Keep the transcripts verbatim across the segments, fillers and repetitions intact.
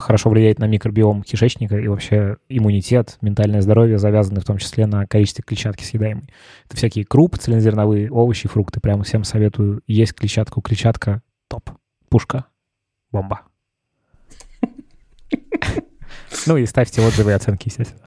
хорошо влияет на микробиом кишечника и вообще иммунитет, ментальное здоровье завязаны в том числе на количестве клетчатки съедаемой. Это всякие крупы, цельнозерновые, овощи, фрукты. Прямо всем советую есть клетчатку. Клетчатка — топ. Пушка. Бомба. Ну и ставьте отзывы и оценки, естественно.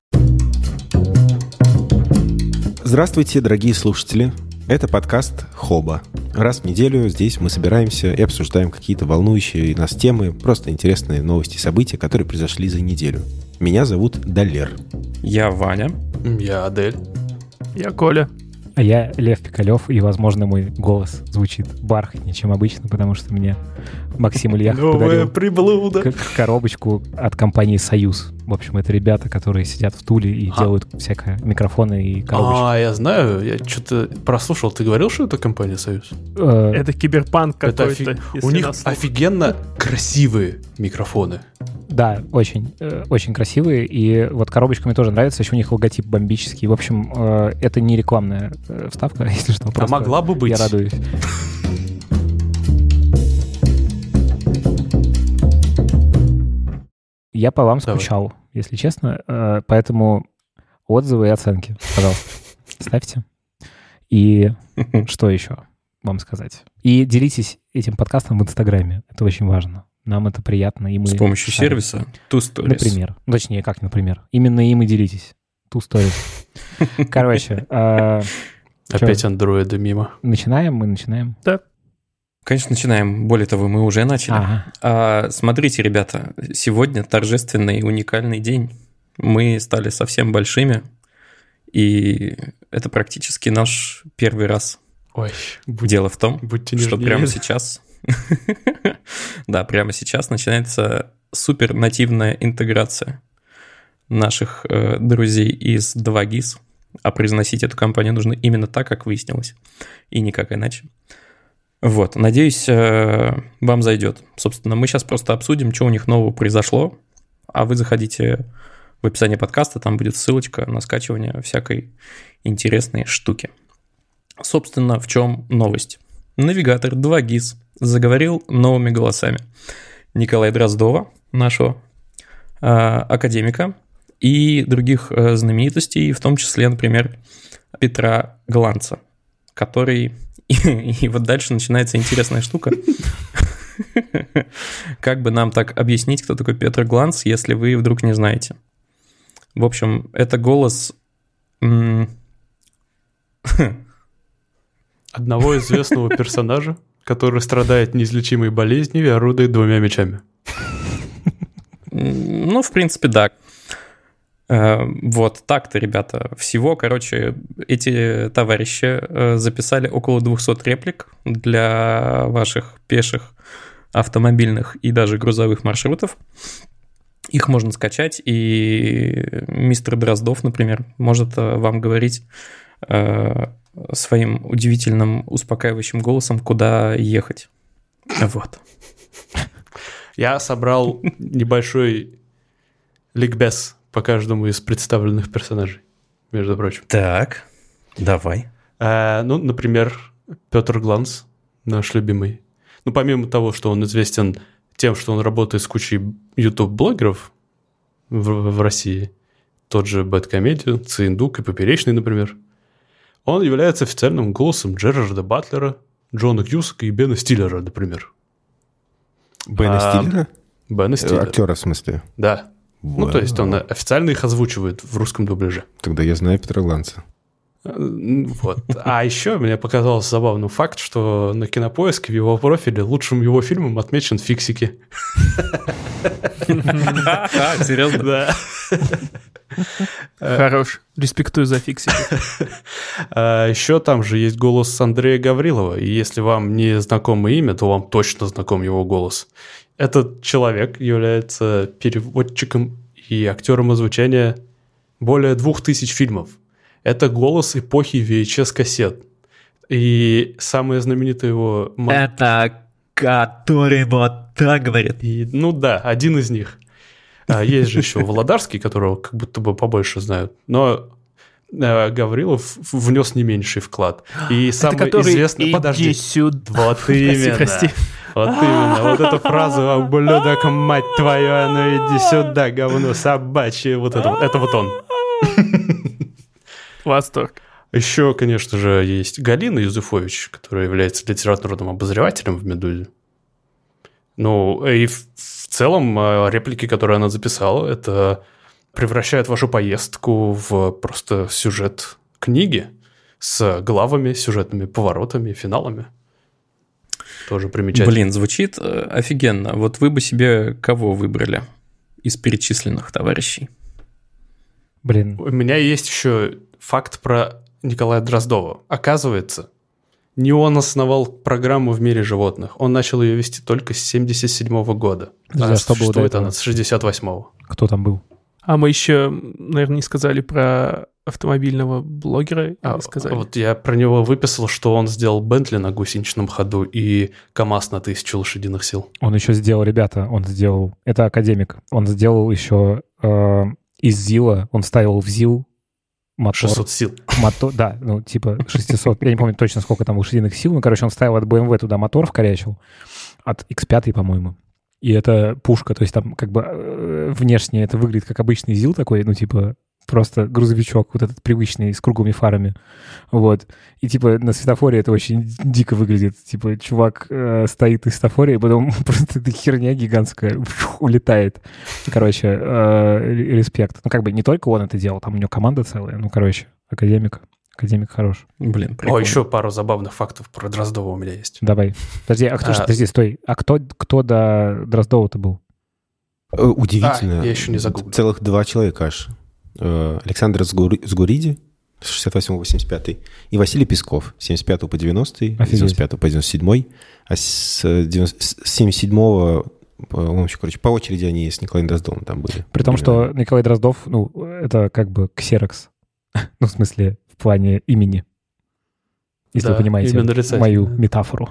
Здравствуйте, дорогие слушатели. Это подкаст «Хоба». Раз в неделю здесь мы собираемся и обсуждаем какие-то волнующие нас темы, просто интересные новости и события, которые произошли за неделю. Меня зовут Далер. Я Ваня. Я Адель. Я Коля. А я Лев Пикалев, и, возможно, мой голос звучит бархатнее, чем обычно, потому что мне Максим Ильяхов подарил приблуда. коробочку от компании «Союз». В общем, это ребята, которые сидят в Туле и а. делают всякое микрофоны и коробочки. А, я знаю, я что-то прослушал. Ты говорил, что это компания «Союз»? Э, это киберпанк какой-то. Офиг... У них офигенно красивые микрофоны. Да, очень, э, очень красивые. И вот коробочка мне тоже нравится. Еще у них логотип бомбический. В общем, э, это не рекламная э, вставка, если что. А могла бы быть. Я радуюсь. Я по вам Давай. скучал, если честно. Э, поэтому отзывы и оценки, пожалуйста, ставьте. И что еще вам сказать? И делитесь этим подкастом в Инстаграме. Это очень важно. Нам это приятно. И мы С помощью шарим. сервиса Two Stories. Например. Ну, точнее, как например. Именно им и делитесь. Two Stories. Короче. Опять андроиды мимо. Начинаем? Мы начинаем? Да. Конечно, начинаем. Более того, мы уже начали. Ага. А, смотрите, ребята, сегодня торжественный, уникальный день. Мы стали совсем большими, и это практически наш первый раз. Ой, Дело в том, будьте что нежнее. прямо сейчас... Да, прямо сейчас начинается супер нативная интеграция наших э, друзей из два гис, а произносить эту компанию нужно именно так, как выяснилось, и никак иначе. Вот, надеюсь, э, вам зайдет. Собственно, мы сейчас просто обсудим, что у них нового произошло, а вы заходите в описание подкаста, там будет ссылочка на скачивание всякой интересной штуки. Собственно, в чем новость? Навигатор два гис заговорил новыми голосами. Николая Дроздова, нашего э, академика, и других э, знаменитостей, в том числе, например, Петра Гланца, который... И, и вот дальше начинается интересная штука. Как бы нам так объяснить, кто такой Петр Гланц, если вы вдруг не знаете? В общем, это голос... Одного известного персонажа, который страдает неизлечимой болезнью и орудует двумя мечами. Ну, в принципе, да. Вот так-то, ребята. Всего, короче, эти товарищи записали около двухсот реплик для ваших пеших, автомобильных и даже грузовых маршрутов. Их можно скачать, и мистер Дроздов, например, может вам говорить своим удивительным, успокаивающим голосом, куда ехать. Вот. Я собрал небольшой ликбез по каждому из представленных персонажей, между прочим. Так, давай. А, ну, например, Петр Гланц, наш любимый. Ну, помимо того, что он известен тем, что он работает с кучей YouTube-блогеров в, в России, тот же Бэдкомедиан, Циндук и Поперечный, например, он является официальным голосом Джерарда Батлера, Джона Кьюсака и Бена Стиллера, например. Бена а, Стиллера? Бена Стиллера. Актера, в смысле? Да. Вау. Ну, то есть он официально их озвучивает в русском дубляже. Тогда я знаю Петра Гланца. Вот. А еще мне показался забавным факт, что на Кинопоиске в его профиле лучшим его фильмом отмечен «Фиксики». Серьезно? Да. Хорош. Респектую за «Фиксики». Еще там же есть голос Андрея Гаврилова. И если вам не знакомо имя, то вам точно знаком его голос. Этот человек является переводчиком и актером озвучания более двух тысяч фильмов. Это голос эпохи ви эйч эс-кассет. И самое знаменитое его... Это который вот так говорит. И, ну да, один из них. А, есть же еще Володарский, которого как будто бы побольше знают. Но а, Гаврилов внес не меньший вклад. И самый который известный... Иди Подожди. сюда. Вот именно. Прости, прости. Вот именно, вот эту фразу «ублюдок, мать твою, а ну иди сюда, говно собачье», вот это, это вот он. Восторг. Еще, конечно же, есть Галина Юзефович, которая является литературным обозревателем в «Медузе». Ну, и в, в целом реплики, которые она записала, это превращает вашу поездку в просто сюжет книги с главами, сюжетными поворотами, финалами. Тоже примечательно. Блин, звучит офигенно. Вот вы бы себе кого выбрали из перечисленных товарищей? Блин. У меня есть еще факт про Николая Дроздова. Оказывается, не он основал программу «В мире животных». Он начал ее вести только с семьдесят седьмого года. Да, а что было до существует этого? она с шестьдесят восьмого. Кто там был? А мы еще, наверное, не сказали про автомобильного блогера. А, или сказали? вот я про него выписал, что он сделал Бентли на гусеничном ходу и КамАЗ на тысячу лошадиных сил. Он еще сделал, ребята, он сделал... Это академик. Он сделал еще э, из ЗИЛа, он вставил в ЗИЛ мотор. шестьсот сил. Мотор, да, ну типа шестьсот. Я не помню точно, сколько там лошадиных сил. Ну, короче, он вставил от бэ эм вэ туда мотор вкорячил. От икс пять, по-моему. И это пушка, то есть там как бы э, внешне это выглядит как обычный ЗИЛ такой, ну типа просто грузовичок вот этот привычный с круглыми фарами, вот. И типа на светофоре это очень дико выглядит. Типа чувак э, стоит на светофоре, и потом просто эта херня гигантская фух, улетает. Короче, э, респект. Ну как бы не только он это делал, там у него команда целая. Ну короче, академик. Академик хорош. Блин, О, прикольно. еще пару забавных фактов про Дроздова у меня есть. Давай. Подожди, а кто, А. подожди, стой. А кто, кто до Дроздова-то был? Э, Удивительно. А, я еще не загуглил. Целых два человека аж. Э, Александр Сгури- Сгуриди с шестьдесят восьмого по восемьдесят пятый и Василий Песков с семьдесят пятого по девяностый, с Офигеть. девяносто пятого по девяносто седьмой, а с девяносто с семьдесят седьмого, по, короче, по очереди они с Николаем Дроздовым там были. При том, Примерно. что Николай Дроздов, ну, это как бы ксерокс. Ну, в смысле, в плане имени. Если Да, вы понимаете имя нарицательное. мою метафору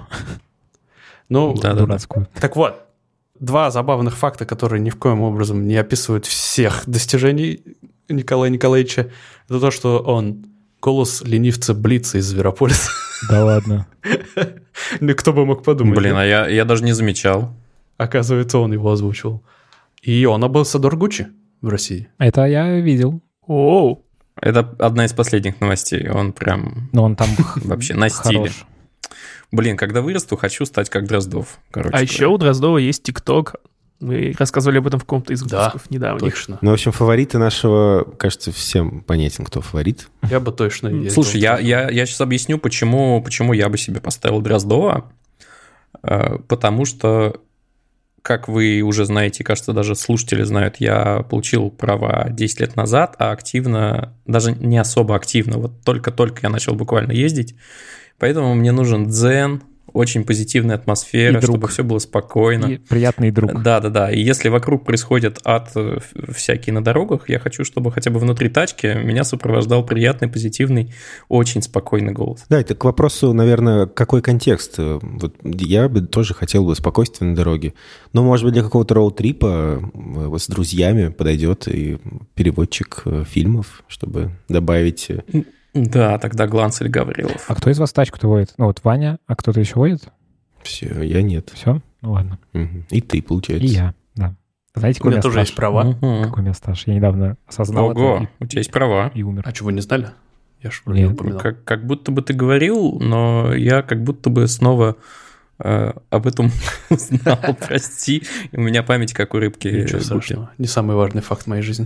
Ну, Да-да-да. дурацкую. так вот, два забавных факта, которые ни в коем образом не описывают всех достижений Николая Николаевича, это то, что он голос ленивца Блица из Зверополиса. Да ладно. Ну, кто бы мог подумать. Блин, да? а я, я даже не замечал. Оказывается, он его озвучивал. И он амбассадор Гуччи в России. Это я видел. Оу. Это одна из последних новостей. Он прям Но он там вообще на стиле. хорош. Блин, когда вырасту, хочу стать как Дроздов. Короче, А еще у Дроздова есть ТикТок. Мы рассказывали об этом в каком-то из Да, выпусков недавних. Точно. Ну, в общем, фавориты нашего, кажется, всем понятен, кто фаворит. Я бы точно ездил. Слушай, я, я, я сейчас объясню, почему, почему я бы себе поставил Дроздова. Э, Потому что, как вы уже знаете, кажется, даже слушатели знают, я получил права десять лет назад, а активно, даже не особо активно, вот только-только я начал буквально ездить. Поэтому мне нужен дзен, очень позитивная атмосфера, И друг. чтобы все было спокойно. И приятный друг. Да, да, да. И если вокруг происходит ад э, всякий на дорогах, я хочу, чтобы хотя бы внутри тачки меня сопровождал приятный, позитивный, очень спокойный голос. Да, это к вопросу, наверное, какой контекст. Вот я бы тоже хотел бы спокойствия на дороге. Но, может быть, для какого-то роуд-трипа э, с друзьями подойдет и переводчик э, фильмов, чтобы добавить... э, Да, тогда Гланс или Гаврилов. А кто из вас тачку-то водит? Ну вот Ваня, а кто-то еще водит? Все, я нет. Все? Ну ладно. Мгм. И ты, получается. И я, да. Знаете, У какой у меня меня тоже стаж? есть права. Мгм. Какой у меня стаж? Я недавно осознал Ого, это у тебя есть права. и, и умер. А что, вы не знали? Я же вроде Нет. упоминал. Как, как будто бы ты говорил, но я как будто бы снова э, об этом узнал, прости. И у меня память как у рыбки. Ничего Гуппи. страшного. Не самый важный факт моей жизни.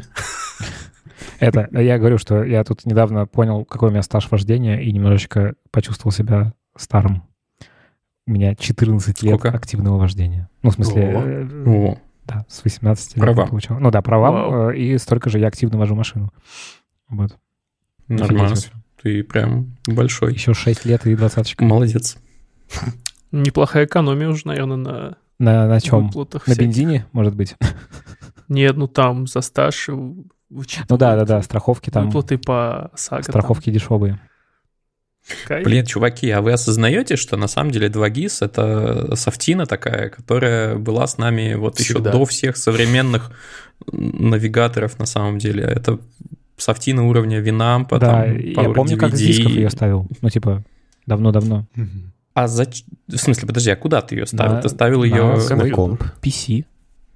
Это, я говорю, что я тут недавно понял, какой у меня стаж вождения, и немножечко почувствовал себя старым. У меня четырнадцать лет Сколько? активного вождения. Ну, в смысле, Ого. э, О, да, с восемнадцати лет Права. я получал. Ну да, права, Вау. э, и столько же я активно вожу машину. Вот. нормально. Офигеть. Ты прям большой. Еще шесть лет и двадцаточка. Молодец. Неплохая экономия уже, наверное, на На, на чем? выплатах. На всяких. бензине, может быть? Нет, ну там за стаж вычитывают Ну да, да, да, страховки там, выплаты по САГО. страховки дешевые. там. Кайф. Блин, чуваки, а вы осознаете, что на самом деле два гис — это софтина такая, которая была с нами вот Всегда. еще до всех современных навигаторов на самом деле. Это софтина уровня Винампа, Да, там, я Power помню, как с ди ви ди. дисков ее ставил. Ну, типа, давно-давно. А за... В смысле, подожди, а куда ты ее ставил? На- Ты ставил на ее... свой комп. пи си.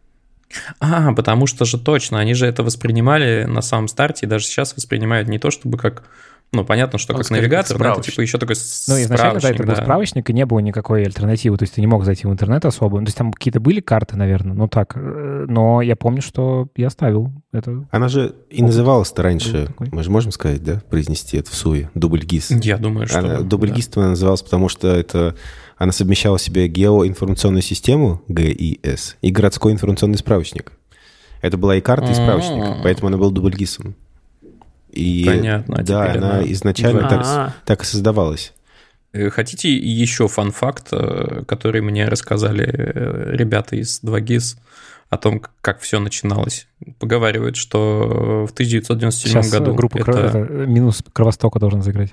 А, потому что же точно, они же это воспринимали на самом старте, и даже сейчас воспринимают не то, чтобы как... Ну, понятно, что Ну, как скорее, навигатор, как но это справочник. типа еще такой Ну, изначально, да, справочник, это был да. справочник, и не было никакой альтернативы. То есть ты не мог зайти в интернет особо. То есть там какие-то были карты, наверное, ну так. э, Но я помню, что я ставил это. Она же и называлась-то был раньше, такой. мы же можем сказать, да, произнести это в суе, дубль-гис. Я думаю, что... Она, да. дубль-гис она называлась, потому что это, она совмещала в себе геоинформационную систему, ГИС, и городской информационный справочник. Это была и карта, и справочник, М. поэтому она была дубль-гисом. И, Понятно, а да, теперь она она изначально так, А. так и создавалась. Э, Хотите еще фан-факт, э, который мне рассказали э, ребята из два гис о том, к- как все начиналось? Поговаривают, что в тысяча девятьсот девяносто седьмом Сейчас году... группа это- Кро- это, э, минус Кровостока должен заиграть.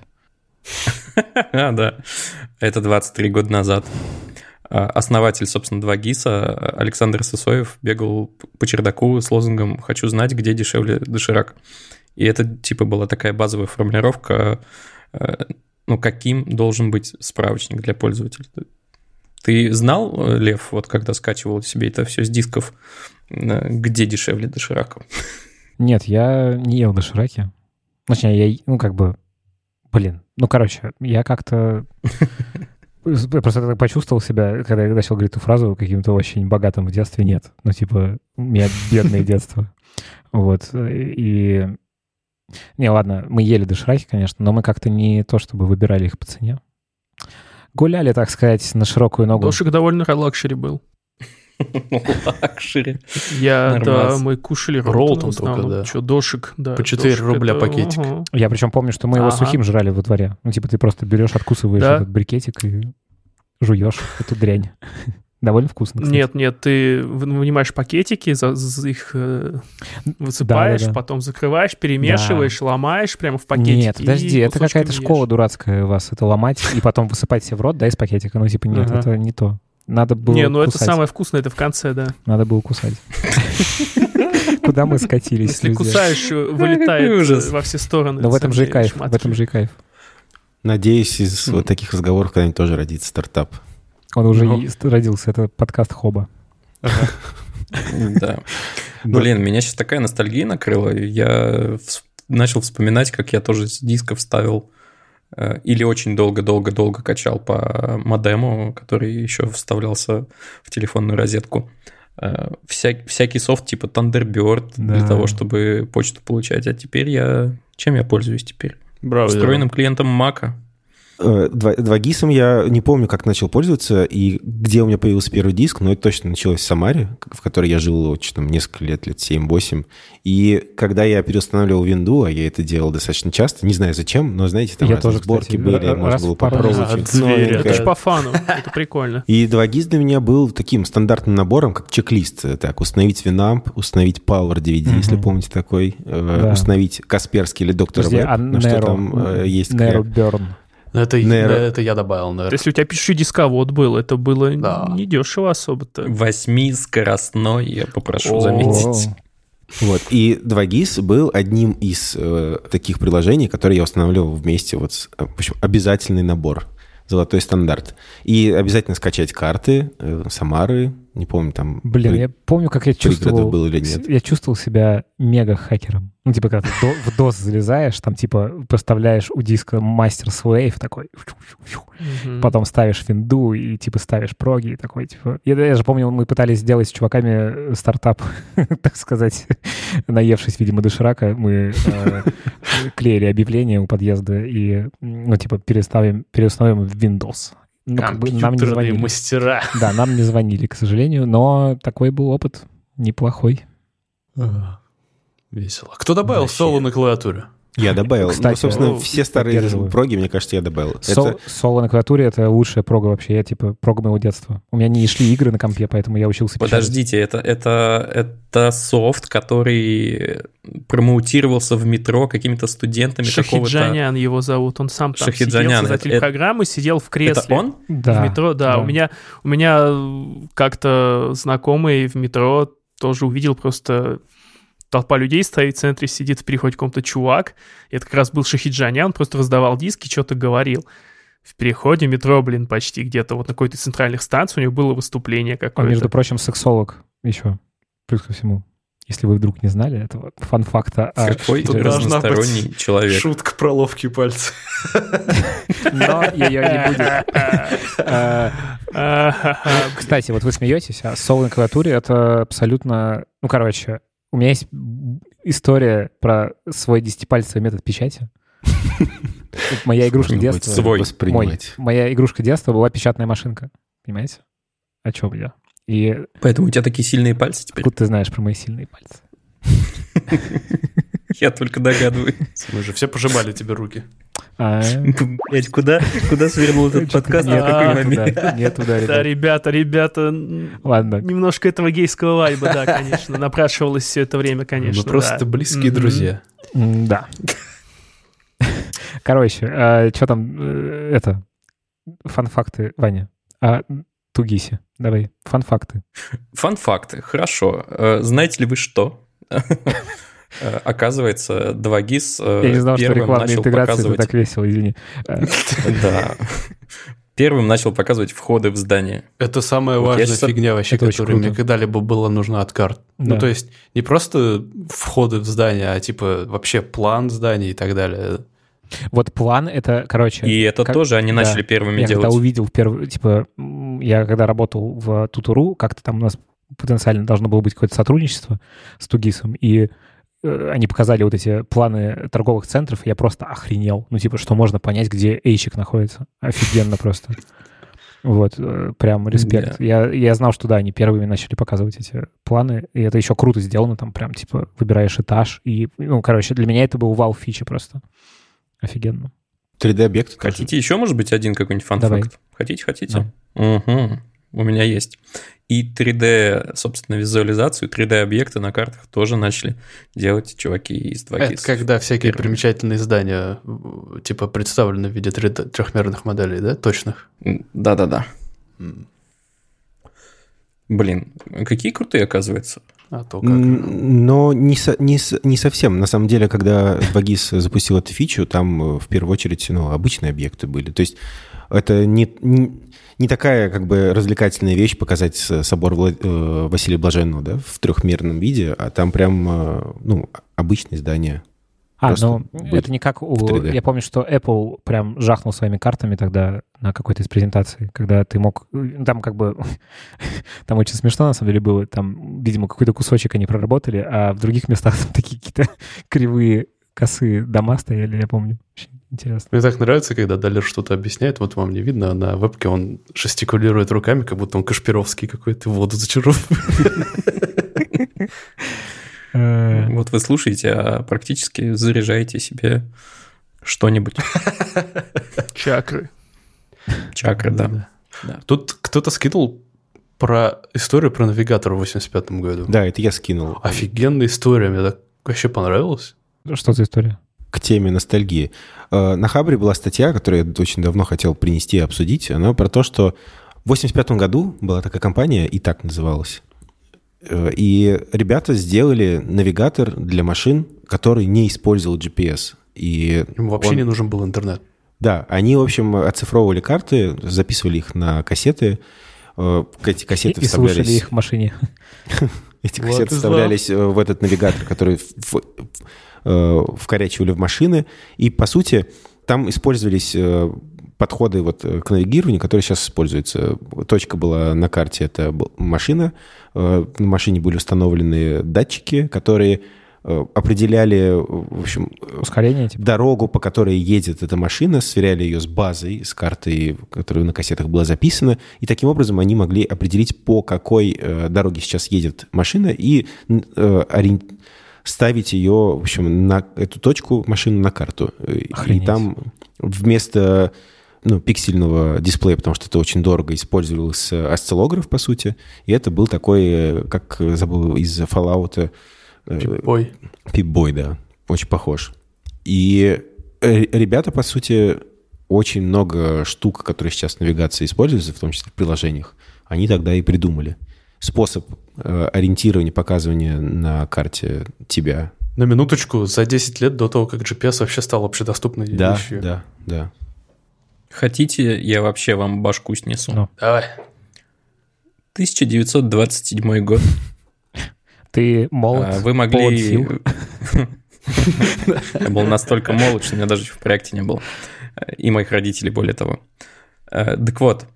А, да. Это двадцать три года назад. А, Основатель, собственно, два гиса Александр Сысоев бегал п- по чердаку с лозунгом «Хочу знать, где дешевле доширак». И это, типа, была такая базовая формулировка, э, ну, каким должен быть справочник для пользователя. Ты знал, э, Лев, вот когда скачивал себе это все с дисков, э, где дешевле доширака? Нет, я не ел дошираки. Точнее, я, ну, как бы, блин, ну, короче, я как-то я просто так почувствовал себя, когда я начал говорить эту фразу, каким-то очень богатым в детстве. Нет, ну, типа, у меня бедное детство. Вот, и... Не, ладно, мы ели дошираки, конечно, но мы как-то не то, чтобы выбирали их по цене. Гуляли, так сказать, на широкую ногу. Дошик довольно лакшери был. Лакшери. Я, да, Нормас. мы кушали Ролтон ролтон в только, основном. да. Что, дошик, да. По четыре дошик рубля это- пакетик. ага. Я причем помню, что мы его Ага. сухим жрали во дворе. Ну, типа, ты просто берешь, откусываешь Да. этот брикетик и жуешь эту дрянь. Довольно вкусно, кстати. Нет, нет, ты вы- вынимаешь пакетики, за- за- их э, высыпаешь, Да-да-да. потом закрываешь, перемешиваешь, ломаешь прямо в пакетик. Нет, подожди, и это кусочками какая-то ешь. школа дурацкая у вас. Это ломать и потом высыпать себе в рот, да, из пакетика. Ну, типа, нет, Ага. это не то. Надо было Не, ну это кусать. самое вкусное, это в конце, да. Надо было кусать. Куда мы скатились, Если друзья? кусаешь, э, вылетает ужас. э, во все стороны. Но в этом же и сами кайф, в шматки. этом же и кайф. Надеюсь, из вот таких разговоров когда-нибудь тоже родится стартап. Он уже Ну. и родился, это подкаст Хоба. Да. Блин, меня сейчас такая ностальгия накрыла. Я вс- начал вспоминать, как я тоже с дисков ставил э, или очень долго-долго-долго качал по модему, который еще вставлялся в телефонную розетку. Э, вся- всякий софт типа Thunderbird для Да. того, чтобы почту получать. А теперь я... Чем я пользуюсь теперь? Браузер. Встроенным клиентом Мака. Э, два- два гисом я не помню, как начал пользоваться и где у меня появился первый диск, но это точно началось в Самаре, в которой я жил очень, там, несколько лет, лет семь-восемь. И когда я переустанавливал винду, а я это делал достаточно часто, не знаю зачем, но, знаете, там Я разные тоже, сборки кстати, были, ра- можно раз было в пару попробовать. раз. что-то Зверь, новенькое. Это ж по фану, это прикольно. И два гис для меня был таким стандартным набором, как чек-лист. Так, установить Winamp, установить Power ди ви ди, Мгм. если помните такой, э, Да. установить Касперский или Доктор Подожди, Веб, а на что Nero? там э, есть Nero такая- Burn. Ну, Это, Нейро. это я добавил, наверное. Если у тебя пишущий дисковод был, это было Да. недешево особо-то. Восьмискоростной, я попрошу О. заметить. Вот. И два гис был одним из э, таких приложений, которые я устанавливал вместе. Вот с, э, в общем, обязательный набор. Золотой стандарт. И обязательно скачать карты э, Самары. Не помню, там... Блин, при- я помню, как я пригородов чувствовал... был или нет. Я чувствовал себя мега-хакером. Ну, типа, когда ты до- в дос залезаешь, там, типа, поставляешь у диска мастер слейв такой, Мгм. потом ставишь винду и, типа, ставишь проги и такой, типа... Я, я же помню, мы пытались сделать с чуваками э, стартап, так сказать, наевшись, видимо, доширака, мы э, клеили объявление у подъезда и, ну, типа, переставим, переустановим в Windows. Ну, как бы нам не Компьютерные звонили. мастера. Да, нам не звонили, к сожалению, но такой был опыт неплохой. Весело. Кто добавил Вообще. соло на клавиатуре? Я добавил. Кстати, ну, собственно, ну, все старые поддерживаю. проги, мне кажется, я добавил. Сол- Это- Соло на клавиатуре — это лучшая прога вообще. Я, типа, прога моего детства. У меня не шли игры на компе, поэтому я учился печатать. Подождите, это, это, это софт, который промоутировался в метро какими-то студентами какого-то... Шахиджанян его зовут, он сам там Шахиджанян, сидел, создатель это- программы, сидел в кресле. Это он? Да. В метро, да. да. У меня, у меня э, как-то знакомый в метро тоже увидел просто толпа людей стоит в центре, сидит в переходе каком-то чувак. И это как раз был Шахиджанян, он просто раздавал диски, что-то говорил. в переходе метро, блин, почти где-то вот на какой-то центральных станций у него было выступление какое-то. Он, между прочим, сексолог еще, плюс ко всему. Если вы вдруг не знали, это вот фан-факта. Какой разносторонний человек. Шутка про ловкие пальцы. Но ее не будет. Кстати, вот вы смеетесь, а соло на клавиатуре — это абсолютно... Ну, короче, у меня есть история про свой десятипальцевый метод печати. Моя игрушка детства... Свой. Мой. Моя игрушка детства была печатная машинка. Понимаете? О чем я? И... Поэтому у тебя такие сильные пальцы теперь? Откуда ты знаешь про мои сильные пальцы? Я только догадываюсь. Мы же все пожимали тебе руки. Блять, куда, куда свернул этот подкаст? Нет, нет, туда, Да, ребята, ребята, ладно. Немножко этого гейского вайба, да, конечно, напрашивалось все это время, конечно. Мы просто близкие друзья. Да. Короче, что там, это, фан-факты, Ваня, о Тугисе. Давай, фан-факты. Фан-факты, хорошо. Знаете ли вы что? Оказывается, два гис Я не знал, что рекламная интеграция это так весело, извини. Да. Первым начал показывать входы в здание. Это самая важная фигня вообще, которая мне когда-либо была нужна от карт. Ну, то есть, не просто входы в здание, а типа вообще план здания и так далее. Вот план — это, короче... И это тоже они начали первыми делать. Я когда увидел, типа, я когда работал в Тутуру, как-то там у нас потенциально должно было быть какое-то сотрудничество с Тугисом, и они показали вот эти планы торговых центров, и я просто охренел. Ну, типа, что можно понять, где эйчик находится. Офигенно просто. Вот, прям респект. Yeah. Я, я знал, что да, они первыми начали показывать эти планы, и это еще круто сделано, там прям, типа, выбираешь этаж, и, ну, короче, для меня это был вау-фича просто. Офигенно. три дэ-объект. Хотите еще, может быть, один какой-нибудь фан-факт? Хотите, хотите? Да. Угу. У меня есть. И три дэ, собственно, визуализацию, три дэ-объекты на картах тоже начали делать чуваки из два гис. Это когда всякие первыми. Примечательные здания типа представлены в виде трехмерных моделей, да? Точных? Да-да-да. Mm. Блин, какие крутые, оказывается. А то как. Но не, со, не, не совсем. На самом деле, когда два гис запустил эту фичу, там в первую очередь ну, обычные объекты были. То есть это не, не, не такая как бы развлекательная вещь показать собор Влад... Василия Блаженного, да, в трехмерном виде, а там прям ну, обычные здания. А, ну это не как у... Я помню, что Apple прям жахнул своими картами тогда на какой-то из презентаций, когда ты мог... Там как бы... Там очень смешно, на самом деле, было. Там, видимо, какой-то кусочек они проработали, а в других местах там такие какие-то кривые, косые дома стояли, я помню. Очень интересно. Мне так нравится, когда Далер что-то объясняет, вот вам не видно, а на вебке он жестикулирует руками, как будто он Кашпировский какой-то, воду зачаровывает. Вот вы слушаете, а практически заряжаете себе что-нибудь. Чакры. Чакры, да. да. Тут кто-то скинул про историю про навигатор в восемьдесят пятом году. Да, это я скинул. Офигенная история, мне так вообще понравилось. Что за история? К теме ностальгии. На Хабре была статья, которую я очень давно хотел принести и обсудить. Она про то, что в восемьдесят пятом году была такая компания, и так называлась. И ребята сделали навигатор для машин, который не использовал джи пи эс. И Им вообще он... не нужен был интернет. Да, они, в общем, оцифровывали карты, записывали их на кассеты. Эти кассеты и, вставлялись... И слушали их в машине. Эти кассеты вставлялись в этот навигатор, который вкорячивали в машины. И, по сути, там использовались... подходы вот к навигированию, которые сейчас используются. Точка была на карте, это машина. На машине были установлены датчики, которые определяли, в общем, ускорение, типа. Дорогу, по которой едет эта машина, сверяли ее с базой, с картой, которая на кассетах была записана, и таким образом они могли определить, по какой дороге сейчас едет машина, и ориентировать ставить ее, в общем, на эту точку машину на карту. Охренеть. И там вместо ну, пиксельного дисплея, потому что это очень дорого, использовался осциллограф, по сути. И это был такой, как забыл, из Fallout... Пип-бой. Пип-бой, да. Очень похож. И ребята, по сути, очень много штук, которые сейчас в навигации используются, в том числе в приложениях, они тогда и придумали. Способ э, ориентирования, показывания на карте тебя. На минуточку, за десять лет до того, как джи пи эс вообще стал общедоступной да, вещью. Да, да, Хотите, я вообще вам башку снесу? Ну. Давай. тысяча девятьсот двадцать седьмой год. Ты молод, А, Вы полон могли... сил. Я был настолько молод, что у меня даже в проекте не было. И моих родителей, более того. Так вот,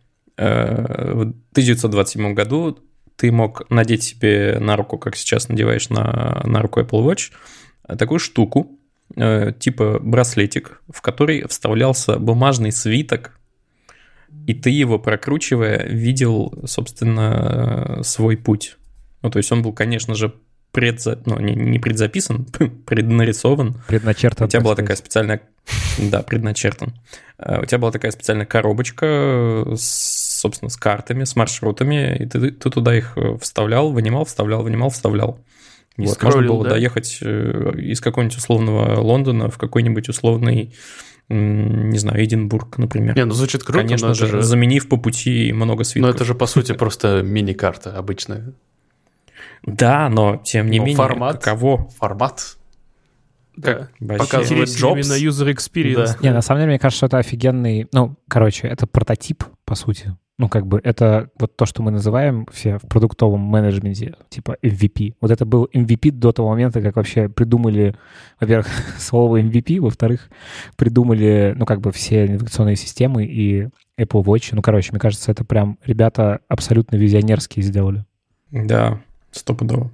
в тысяча девятьсот двадцать седьмом году ты мог надеть себе на руку, как сейчас надеваешь на, на руку Apple Watch, такую штуку, типа браслетик, в который вставлялся бумажный свиток, и ты его, прокручивая, видел, собственно, свой путь. Ну, то есть он был, конечно же, предза... ну, не, не предзаписан, преднарисован. Предначертан. У тебя была такая специальная... Да, предначертан. У тебя была такая специальная коробочка, с, собственно, с картами, с маршрутами, и ты, ты туда их вставлял, вынимал, вставлял, вынимал, вставлял. И Вот, скроллил, можно было да? доехать из какого-нибудь условного Лондона в какой-нибудь условный, не знаю, Эдинбург, например. Не, ну звучит круто, Конечно но же, это же... заменив по пути много свитков. Но это же, по сути, просто мини-карта обычная. Да, но тем не Но менее, формат- каково? Формат. Да. Вообще. Показывает Интереснее Джобс. именно user experience. Да. Не, на самом деле, мне кажется, что это офигенный... Ну, короче, это прототип, по сути. Ну, как бы это вот то, что мы называем все в продуктовом менеджменте, типа эм ви пи. Вот это был эм ви пи до того момента, как вообще придумали, во-первых, слово эм ви пи, во-вторых, придумали, ну, как бы все навигационные системы и Apple Watch. Ну, короче, мне кажется, это прям ребята абсолютно визионерские сделали. Да, стопудово.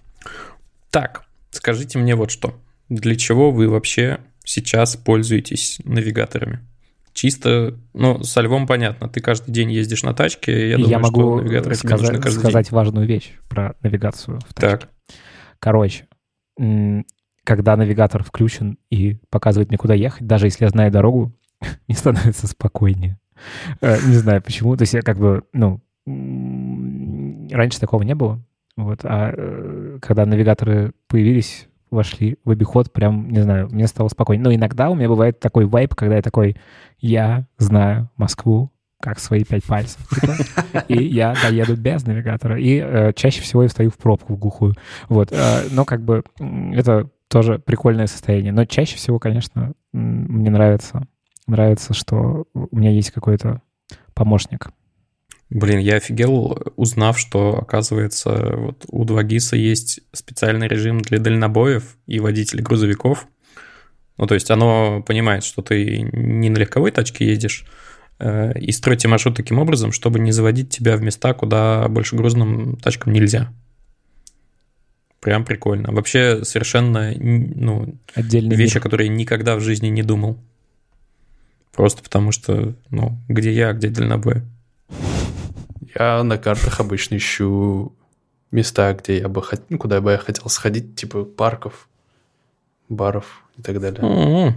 Так, скажите мне вот что. Для чего вы вообще сейчас пользуетесь навигаторами? Чисто, ну, со львом понятно. Ты каждый день ездишь на тачке, я думаю, Я могу что навигаторы тебе нужны сказать, каждый сказать день. важную вещь про навигацию в тачке. Так. Короче, м, когда навигатор включен и показывает мне, куда ехать, даже если я знаю дорогу, мне становится спокойнее. Э, Не знаю почему. То есть я как бы, ну, м, раньше такого не было. Вот. А э, когда навигаторы появились, вошли в обиход, прям, не знаю, мне стало спокойнее. Но иногда у меня бывает такой вайб, когда я такой, я знаю Москву как свои пять пальцев, типа, и я доеду без навигатора. И э, чаще всего я встаю в пробку в глухую. Вот. Э, но как бы м, это тоже прикольное состояние. Но чаще всего, конечно, м, мне нравится, нравится, что у меня есть какой-то помощник. Блин, я офигел, узнав, что, оказывается, вот у два гиса есть специальный режим для дальнобоев и водителей грузовиков. Ну, то есть оно понимает, что ты не на легковой тачке едешь, э, и строит тебе маршрут таким образом, чтобы не заводить тебя в места, куда больше грузным тачкам нельзя. Прям прикольно. Вообще совершенно, ну, Отдельный вещь, о мир. которой я никогда в жизни не думал. Просто потому что, ну, где я, где дальнобой. Я на картах обычно ищу места, где я бы хот... ну, куда бы я хотел сходить, типа парков, баров и так далее. М-м.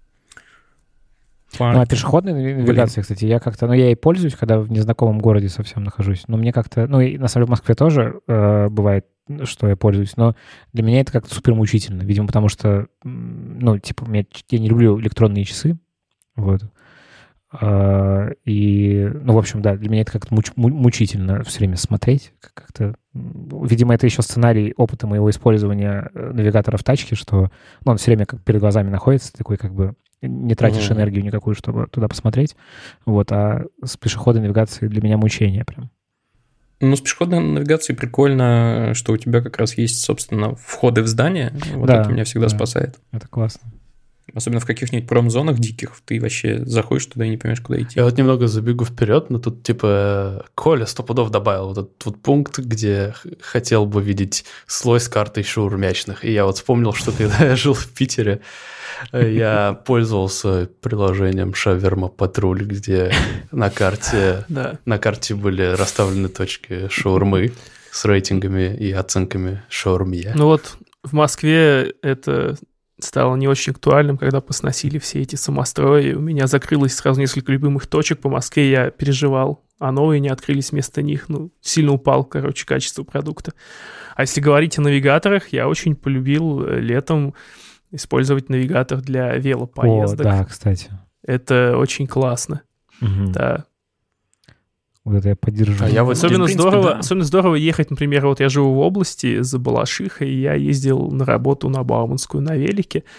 Ну, а пешеходной нави- навигацией, кстати, я как-то... Ну, я ей пользуюсь, когда в незнакомом городе совсем нахожусь. Но мне как-то... Ну, и на самом деле в Москве тоже э, бывает, что я пользуюсь. Но для меня это как-то супер мучительно. Видимо, потому что, м, ну, типа, меня- я не люблю электронные часы. Вот. А, и, ну, в общем, да, для меня это как-то муч- му- мучительно все время смотреть. Как- Как-то, м, видимо, это еще сценарий опыта моего использования э, навигатора в тачке, что ну, он все время как перед глазами находится, такой как бы не тратишь Мгм. энергию никакую, чтобы туда посмотреть. Вот, а с пешеходной навигацией для меня мучение прям. Ну, с пешеходной навигацией прикольно, что у тебя как раз есть, собственно, входы в здание. Вот Да, это меня всегда да. спасает. Это классно. Особенно в каких-нибудь промзонах диких. Ты вообще заходишь туда и не понимаешь, куда идти. Я вот немного забегу вперед, но тут типа Коля сто пудов добавил вот этот вот пункт, где х- хотел бы видеть слой с картой шаурмячных. И я вот вспомнил, что когда я жил в Питере, э, я пользовался приложением Шаверма Патруль, где на карте, Да. на карте были расставлены точки шаурмы с рейтингами и оценками шаурмье. Ну вот в Москве это стало не очень актуальным, когда посносили все эти самострои. У меня закрылось сразу несколько любимых точек по Москве, я переживал, а новые не открылись вместо них. Ну, сильно упал, короче, качество продукта. А если говорить о навигаторах, я очень полюбил э, летом использовать навигатор для О, велопоездок. да, кстати. Это очень классно, Мгм. да. Вот это я поддержу. А я вот Особенно в принципе, здорово, да. особенно здорово ехать, например, вот я живу в области за Балашихой, и я ездил на работу на Бауманскую на велике,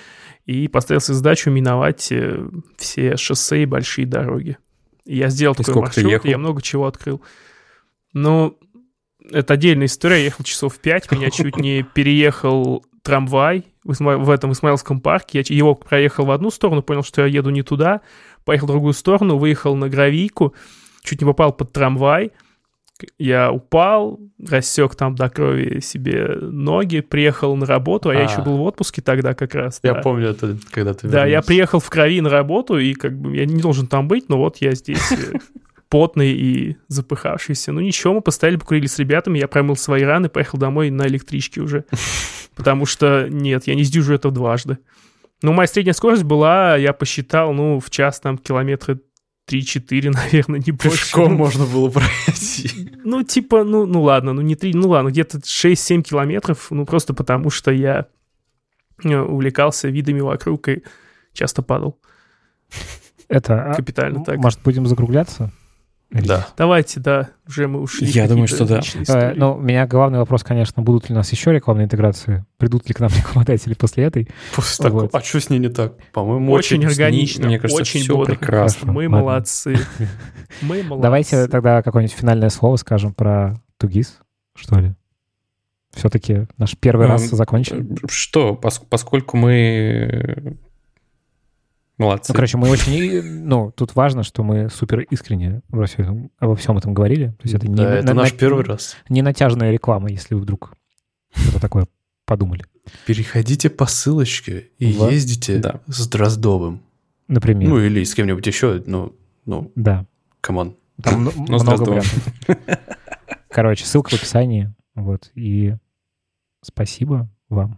и поставил себе задачу миновать э, все шоссе и большие дороги. И я сделал И такой сколько ты маршрут, ехал? и я много чего открыл. Но это отдельная история. Я ехал часов пять, меня чуть не переехал трамвай в, Исма... в этом Исмаилском парке. Я его проехал в одну сторону, понял, что я еду не туда, поехал в другую сторону, выехал на гравийку, чуть не попал под трамвай. Я упал, рассек там до крови себе ноги, приехал на работу, а, а я еще был в отпуске тогда как раз. Я да. помню это, когда ты Да, вернулся. я приехал в крови на работу, и как бы я не должен там быть, но вот я здесь потный и запыхавшийся. Ну ничего, мы постояли, покурили с ребятами, я промыл свои раны, поехал домой на электричке уже. Потому что, нет, я не сдюжу это дважды. Ну, моя средняя скорость была, я посчитал, ну, в час там километра три-четыре, наверное, не больше. Пешком Ну, можно было пройти. Ну, типа, ну, ну ладно, ну не три, ну ладно, где-то шесть-семь километров, ну просто потому что я э, увлекался видами вокруг и часто падал. Это, а, Капитально так. может, будем закругляться? Да. Давайте, да, уже мы ушли. в Я думаю, какие-то что да. личные Э, истории. Ну, у меня главный вопрос, конечно, будут ли у нас еще рекламные интеграции? Придут ли к нам рекламодатели после этой? После такого. Вот. А что с ней не так? По-моему, Очень очень... органично, мне кажется, очень всё бодро. прекрасно. Мы Ладно. молодцы. Мы молодцы. Давайте тогда какое-нибудь финальное слово скажем про Тугис, что ли? Все-таки наш первый А, раз закончен. Что, пос- поскольку мы молодцы. Ну, короче, мы очень... Ну, тут важно, что мы супер искренне обо всем, обо всем этом говорили. То есть это не, Да, это на- наш на- первый раз. не натяжная реклама, если вы вдруг что-то такое подумали. Переходите по ссылочке и Вот. ездите Да. с Дроздовым. Например. Ну, или с кем-нибудь еще. Ну, ну, Да. камон. Там м- Ну, с много Дроздовым. вариантов. Короче, ссылка в описании. Вот. И спасибо вам.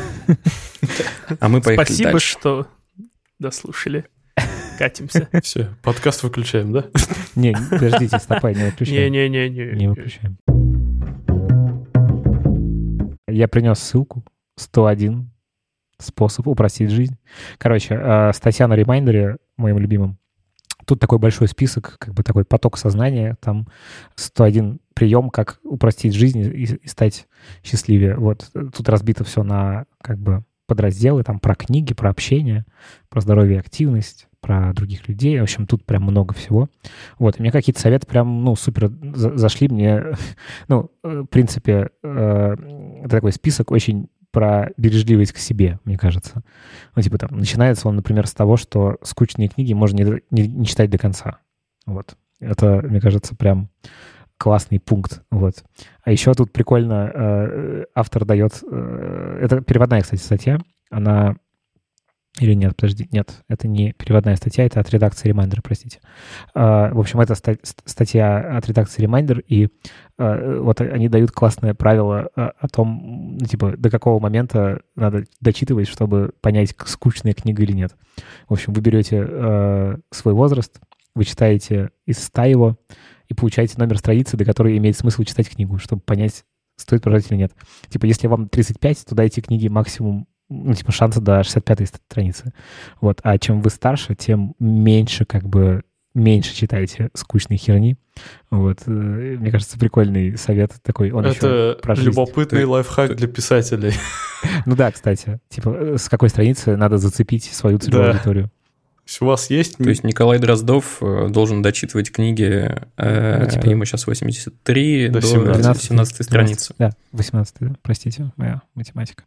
А мы поехали Спасибо, дальше. что дослушали. Катимся. Все, подкаст выключаем, да? Не, подождите, стопай, не выключаем. Не-не-не. Не выключаем. Я принес ссылку. сто один способ упростить жизнь. Короче, э, статья на ремайндере, моим любимым. Тут такой большой список, как бы такой поток сознания. Там сто один прием, как упростить жизнь и, и стать счастливее. Вот тут разбито все на как бы подразделы, там про книги, про общение, про здоровье и активность, про других людей. В общем, тут прям много всего. Вот, и мне какие-то советы прям, ну, супер за- зашли мне. Ну, э, в принципе, э, это такой список очень про бережливость к себе, мне кажется. Ну, типа там, начинается он, например, с того, что скучные книги можно не, до- не- не читать до конца. Вот. Это, мне кажется, прям классный пункт. Вот. А еще тут прикольно э, автор дает... э, это переводная, кстати, статья. Она... Или нет, подожди, нет, это не переводная статья, это от редакции Reminder, простите. А, в общем, это ста- ст- статья от редакции Reminder, и а, вот они дают классное правило а, о том, ну, типа, до какого момента надо дочитывать, чтобы понять, к- скучная книга или нет. В общем, вы берете а, свой возраст, вы читаете из ста его и получаете номер страницы, до которой имеет смысл читать книгу, чтобы понять, стоит продолжать или нет. Типа, если вам тридцать пять, то дайте книге максимум, ну, типа, шанса до шестьдесят пятой страницы. Вот. А чем вы старше, тем меньше, как бы, меньше читаете скучной херни. Вот. Э, Мне кажется, прикольный совет такой. Он еще Это про жизнь. любопытный Ты- лайфхак ты- для писателей. Ну да, кстати. Типа, э, с какой страницы надо зацепить свою целевую Да. аудиторию. Если у вас есть... То есть Николай Дроздов э, должен дочитывать книги, э, Ну, типа, ему сейчас восемьдесят три, до до семнадцати. семнадцатой страницы. Да, восемнадцатой, да, простите, моя математика.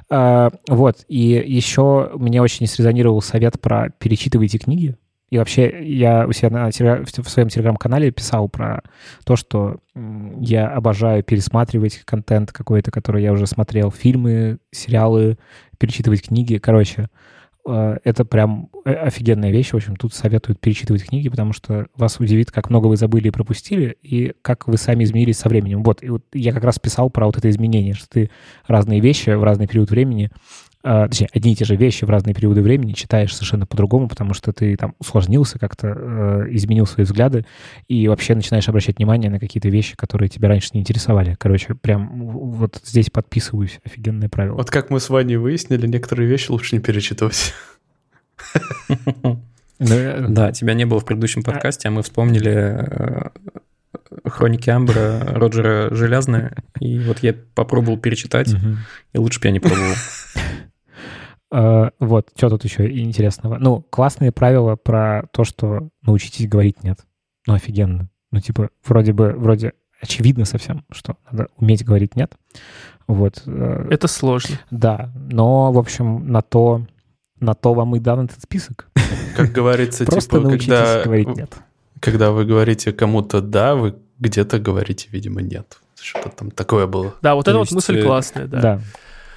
А, вот, и еще мне очень срезонировал совет про перечитывайте книги. И вообще я у себя на, теле- в своем телеграм-канале писал про то, что м, я обожаю пересматривать контент какой-то, который я уже смотрел, фильмы, сериалы, перечитывать книги. Короче, э, это прям э, офигенная вещь. В общем, тут советуют перечитывать книги, потому что вас удивит, как много вы забыли и пропустили, и как вы сами изменились со временем. Вот, и вот я как раз писал про вот это изменение, что ты разные вещи в разный период времени, э, точнее, одни и те же вещи в разные периоды времени читаешь совершенно по-другому, потому что ты там усложнился как-то, э, изменил свои взгляды, и вообще начинаешь обращать внимание на какие-то вещи, которые тебя раньше не интересовали. Короче, прям вот здесь подписываюсь. Офигенное правило. Вот как мы с Ваней выяснили, некоторые вещи лучше не перечитывать. Ну, э, Да, тебя не было в предыдущем подкасте, а мы вспомнили э, «Хроники Амбра» Роджера Желязная, и вот я попробовал перечитать, мгм. и лучше бы я не пробовал. Э, вот, что тут еще интересного? Ну, классные правила про то, что научитесь говорить «нет». Ну, офигенно. Ну, типа, вроде бы, вроде очевидно совсем, что надо уметь говорить «нет». Вот. э, Это сложно. Да, но, в общем, на то, на то вам и дан этот список. Как говорится, Просто типа, научитесь когда, говорить «нет». когда вы говорите кому-то «да», вы где-то говорите, видимо, «нет». Что-то там такое было. Да, вот То эта вот есть, мысль э, классная, да. Да.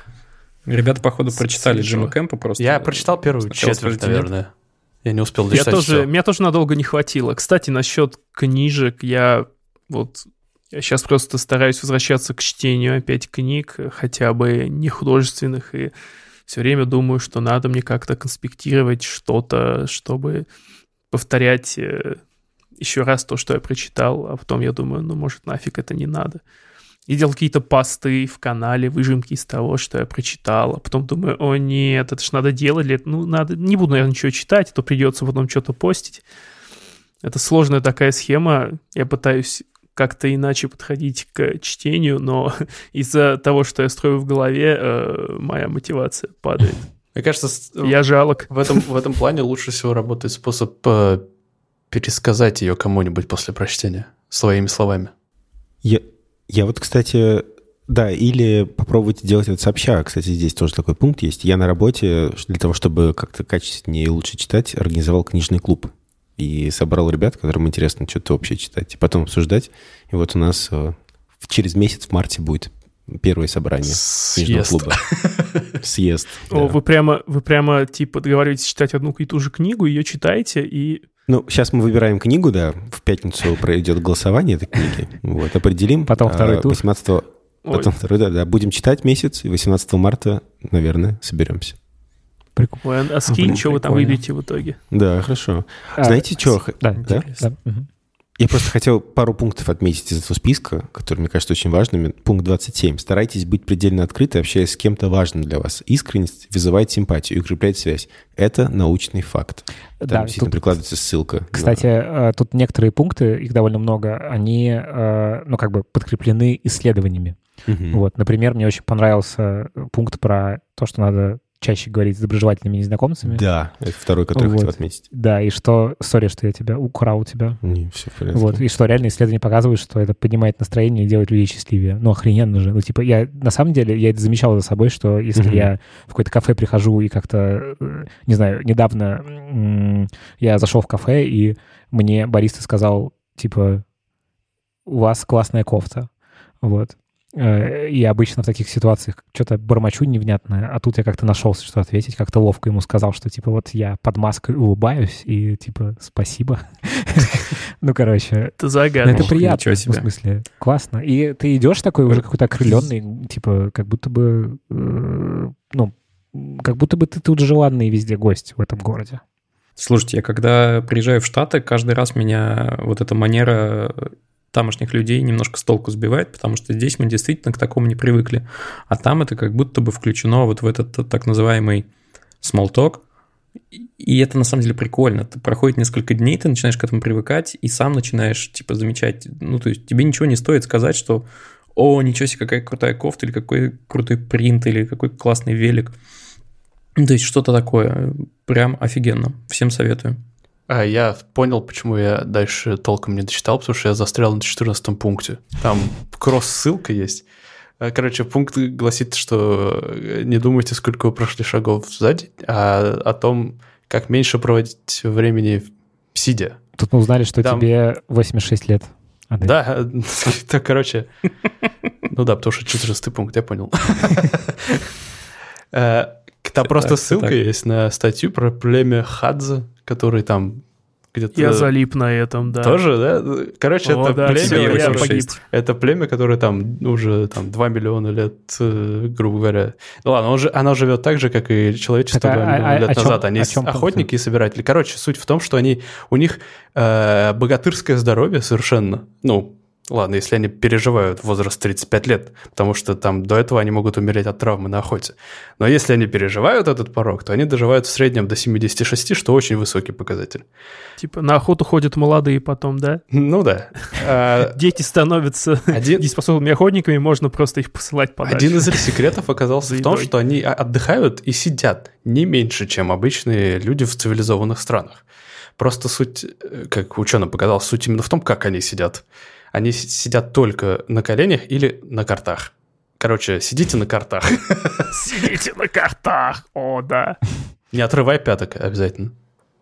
Ребята, походу, прочитали Смешно. Джима Кэмпа просто. Я прочитал первую Сначала четверть, скажите «нет». наверное. Я не успел Я дочитать тоже, всё. меня тоже надолго не хватило. Кстати, насчет книжек, я вот я сейчас просто стараюсь возвращаться к чтению опять книг, хотя бы не художественных, и все время думаю, что надо мне как-то конспектировать что-то, чтобы повторять э, еще раз то, что я прочитал, а потом я думаю, ну, может, нафиг это не надо. И делал какие-то посты в канале, выжимки из того, что я прочитал, а потом думаю, о нет, это ж надо делать, ли это- ну, надо, не буду, наверное, ничего читать, а то придется потом что-то постить. Это сложная такая схема, я пытаюсь как-то иначе подходить к чтению, но из-за того, что я строю в голове, э, моя мотивация падает. Мне кажется, с- Я жалок. в этом, в этом плане лучше всего работает способ э, пересказать ее кому-нибудь после прочтения своими словами. Я, я вот, кстати, да, или попробуйте делать это сообща. Кстати, здесь тоже такой пункт есть. Я на работе для того, чтобы как-то качественнее и лучше читать, организовал книжный клуб. И собрал ребят, которым интересно что-то общее читать, и потом обсуждать. И вот у нас э, в- через месяц в марте будет первое собрание книжного Съезд. клуба. Съезд. О, да. вы прямо, вы прямо, типа, договариваетесь читать одну и ту же книгу, ее читаете, и Ну, сейчас мы выбираем книгу, да. В пятницу пройдет голосование этой книги. Вот, определим. Потом А, второй тур. восемнадцатого Ой. Потом второй, да, да. Будем читать месяц, и восемнадцатого марта, наверное, соберемся. Прикольно. ой, а скинь, Блин, что вы там прикольно. выберете в итоге. Да, хорошо. А, Знаете, что? с- Да, Да? да. Мгм. Я просто хотел пару пунктов отметить из этого списка, которые, мне кажется, очень важными. Пункт двадцать семь. Старайтесь быть предельно открыты, общаясь с кем-то важным для вас. Искренность вызывает симпатию и укрепляет связь. Это научный факт. Там Да, действительно тут, прикладывается ссылка. кстати, э, тут некоторые пункты, их довольно много, они, э, ну, как бы подкреплены исследованиями. на- Мгм. Вот, например, мне очень понравился пункт про то, что надо чаще говорить с доброжелательными незнакомцами. Да, это второй, который Вот. хотел отметить. Да, и что... Сори, что я тебя украл у тебя. Не, все в порядке. Вот, и что реально исследования показывают, что это поднимает настроение и делает людей счастливее. Ну, охрененно же. Ну, типа, я, на самом деле, я это замечал за собой, что если Мгм. я в какое-то кафе прихожу и как-то, э, не знаю, недавно м, я зашел в кафе, и мне бариста сказал, типа, у вас классная кофта. Вот. Э, И обычно в таких ситуациях что-то бормочу невнятное, а тут я как-то нашелся, что ответить, как-то ловко ему сказал, что, типа, вот я под маской улыбаюсь, и, типа, спасибо. Ну, короче, Это ну, загадка. это Ох, приятно, ничего в себе. смысле, классно. И ты идешь такой уже какой-то окрыленный, типа, как будто бы, э, ну, как будто бы ты тут желанный везде гость в этом городе. Слушайте, я когда приезжаю в Штаты, каждый раз меня вот эта манера тамошних людей немножко с толку сбивает, потому что здесь мы действительно к такому не привыкли. А там это как будто бы включено вот в этот так называемый small talk. И это на самом деле прикольно. Ты проходит несколько дней, ты начинаешь к этому привыкать, и сам начинаешь, типа, замечать. Ну, то есть тебе ничего не стоит сказать, что «О, ничего себе, какая крутая кофта», или «Какой крутой принт», или «Какой классный велик». Ну, то есть что-то такое. Прям офигенно. Всем советую. А я понял, почему я дальше толком не дочитал, потому что я застрял на четырнадцатом пункте. Там кросс-ссылка есть. А, Короче, пункт гласит, что не думайте, сколько вы прошли шагов сзади, а о том, как меньше проводить времени сидя. Тут мы узнали, что Там- тебе восемьдесят шесть лет. Адель. Да, так, короче, ну да, потому что четырнадцатый пункт, я понял. Э, Там просто так, всё ссылка так. есть на статью про племя Хадза, который там где-то... Я залип на этом, да. Тоже, да? Короче, О, это да, племя, всё, я восемьдесят погиб. шесть. это племя, которое там уже там, два миллиона лет, э, грубо говоря. Ну ладно, он же, оно живет так же, как и человечество Так, а- два миллиона а- лет о чём- назад. Они о чём пункт? охотники и собиратели. Короче, суть в том, что они, у них э, богатырское здоровье совершенно, ну, Ладно, если они переживают возраст тридцать пять лет, потому что там до этого они могут умереть от травмы на охоте. Но если они переживают этот порог, то они доживают в среднем до семьдесят шесть, что очень высокий показатель. Типа на охоту ходят молодые потом, да? Ну да. Дети становятся дееспособными охотниками, можно просто их посылать подальше. Один из их секретов оказался в том, что они отдыхают и сидят не меньше, чем обычные люди в цивилизованных странах. Просто суть, как ученым показалось, суть именно в том, как они сидят. Они сидят только на коленях или на картах. Короче, сидите на картах. Сидите на картах, о, да. Не отрывай пяток обязательно.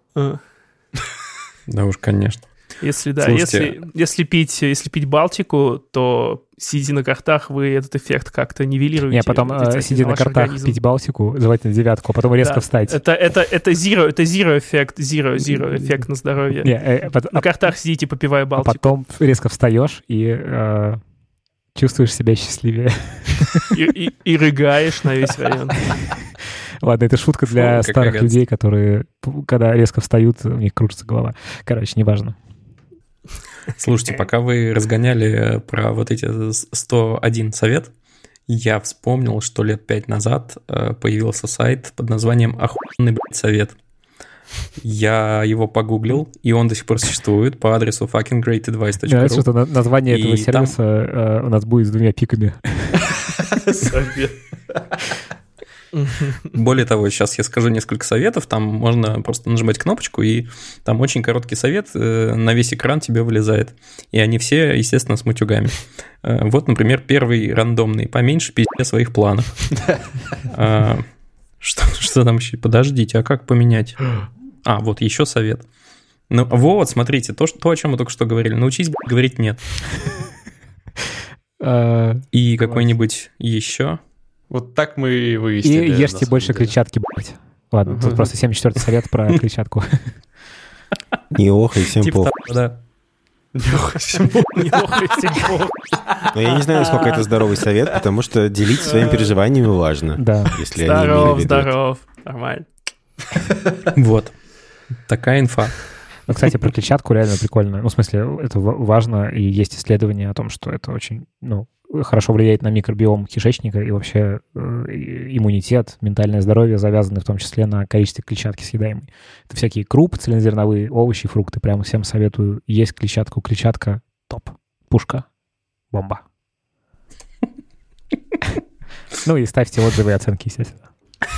Да уж, конечно. Если, да, если, если, пить, если пить Балтику, то сидя на картах, вы этот эффект как-то нивелируете. Не, потом э, сидя на картах, организм. Пить Балтику, желательно девятку, а потом резко да. встать. Это, это, это zero, это zero эффект, zero, zero эффект на здоровье. Не, э, под, на картах сидите, попивая Балтику. А потом резко встаешь и э, чувствуешь себя счастливее. И, и, и рыгаешь на весь район. Ладно, это шутка для Фу, старых людей, которые, когда резко встают, у них кружится голова. Короче, неважно. Слушайте, пока вы разгоняли про вот эти сто один совет, я вспомнил, что лет пять назад появился сайт под названием «Охуенный, блядь, совет». Я его погуглил, и он до сих пор существует по адресу fucking great advice точка ru. Знаешь, что название и этого сервиса там... у нас будет с двумя пиками. Совет. Более того, сейчас я скажу несколько советов, там можно просто нажимать кнопочку, и там очень короткий совет на весь экран тебе вылезает. И они все, естественно, с матюгами. Вот, например, первый рандомный. Поменьше пизде своих планов. Что, что там еще? Подождите, а как поменять? А, вот еще совет. Ну, вот, смотрите, то, что, то, о чем мы только что говорили. Научись говорить «нет». И какой-нибудь еще... Вот так мы и выяснили. И ешьте больше деле. клетчатки, блядь. Ладно, uh-huh. тут просто семьдесят четвёртый совет про клетчатку. Не охай, всем пох. Да. Не охай, всем пох. Но я не знаю, насколько это здоровый совет, потому что делиться своими переживаниями важно. Да. Если здоров, здоров. Нормально. Вот. Такая инфа. Ну, кстати, про клетчатку реально прикольно. Ну, в смысле, это важно, и есть исследования о том, что это очень, ну, хорошо влияет на микробиом кишечника и вообще э, иммунитет, ментальное здоровье завязаны в том числе на количестве клетчатки съедаемой. Это всякие крупы, цельнозерновые, овощи, фрукты. Прямо всем советую есть клетчатку. Клетчатка — топ. Пушка. Бомба. Ну и ставьте отзывы и оценки, естественно.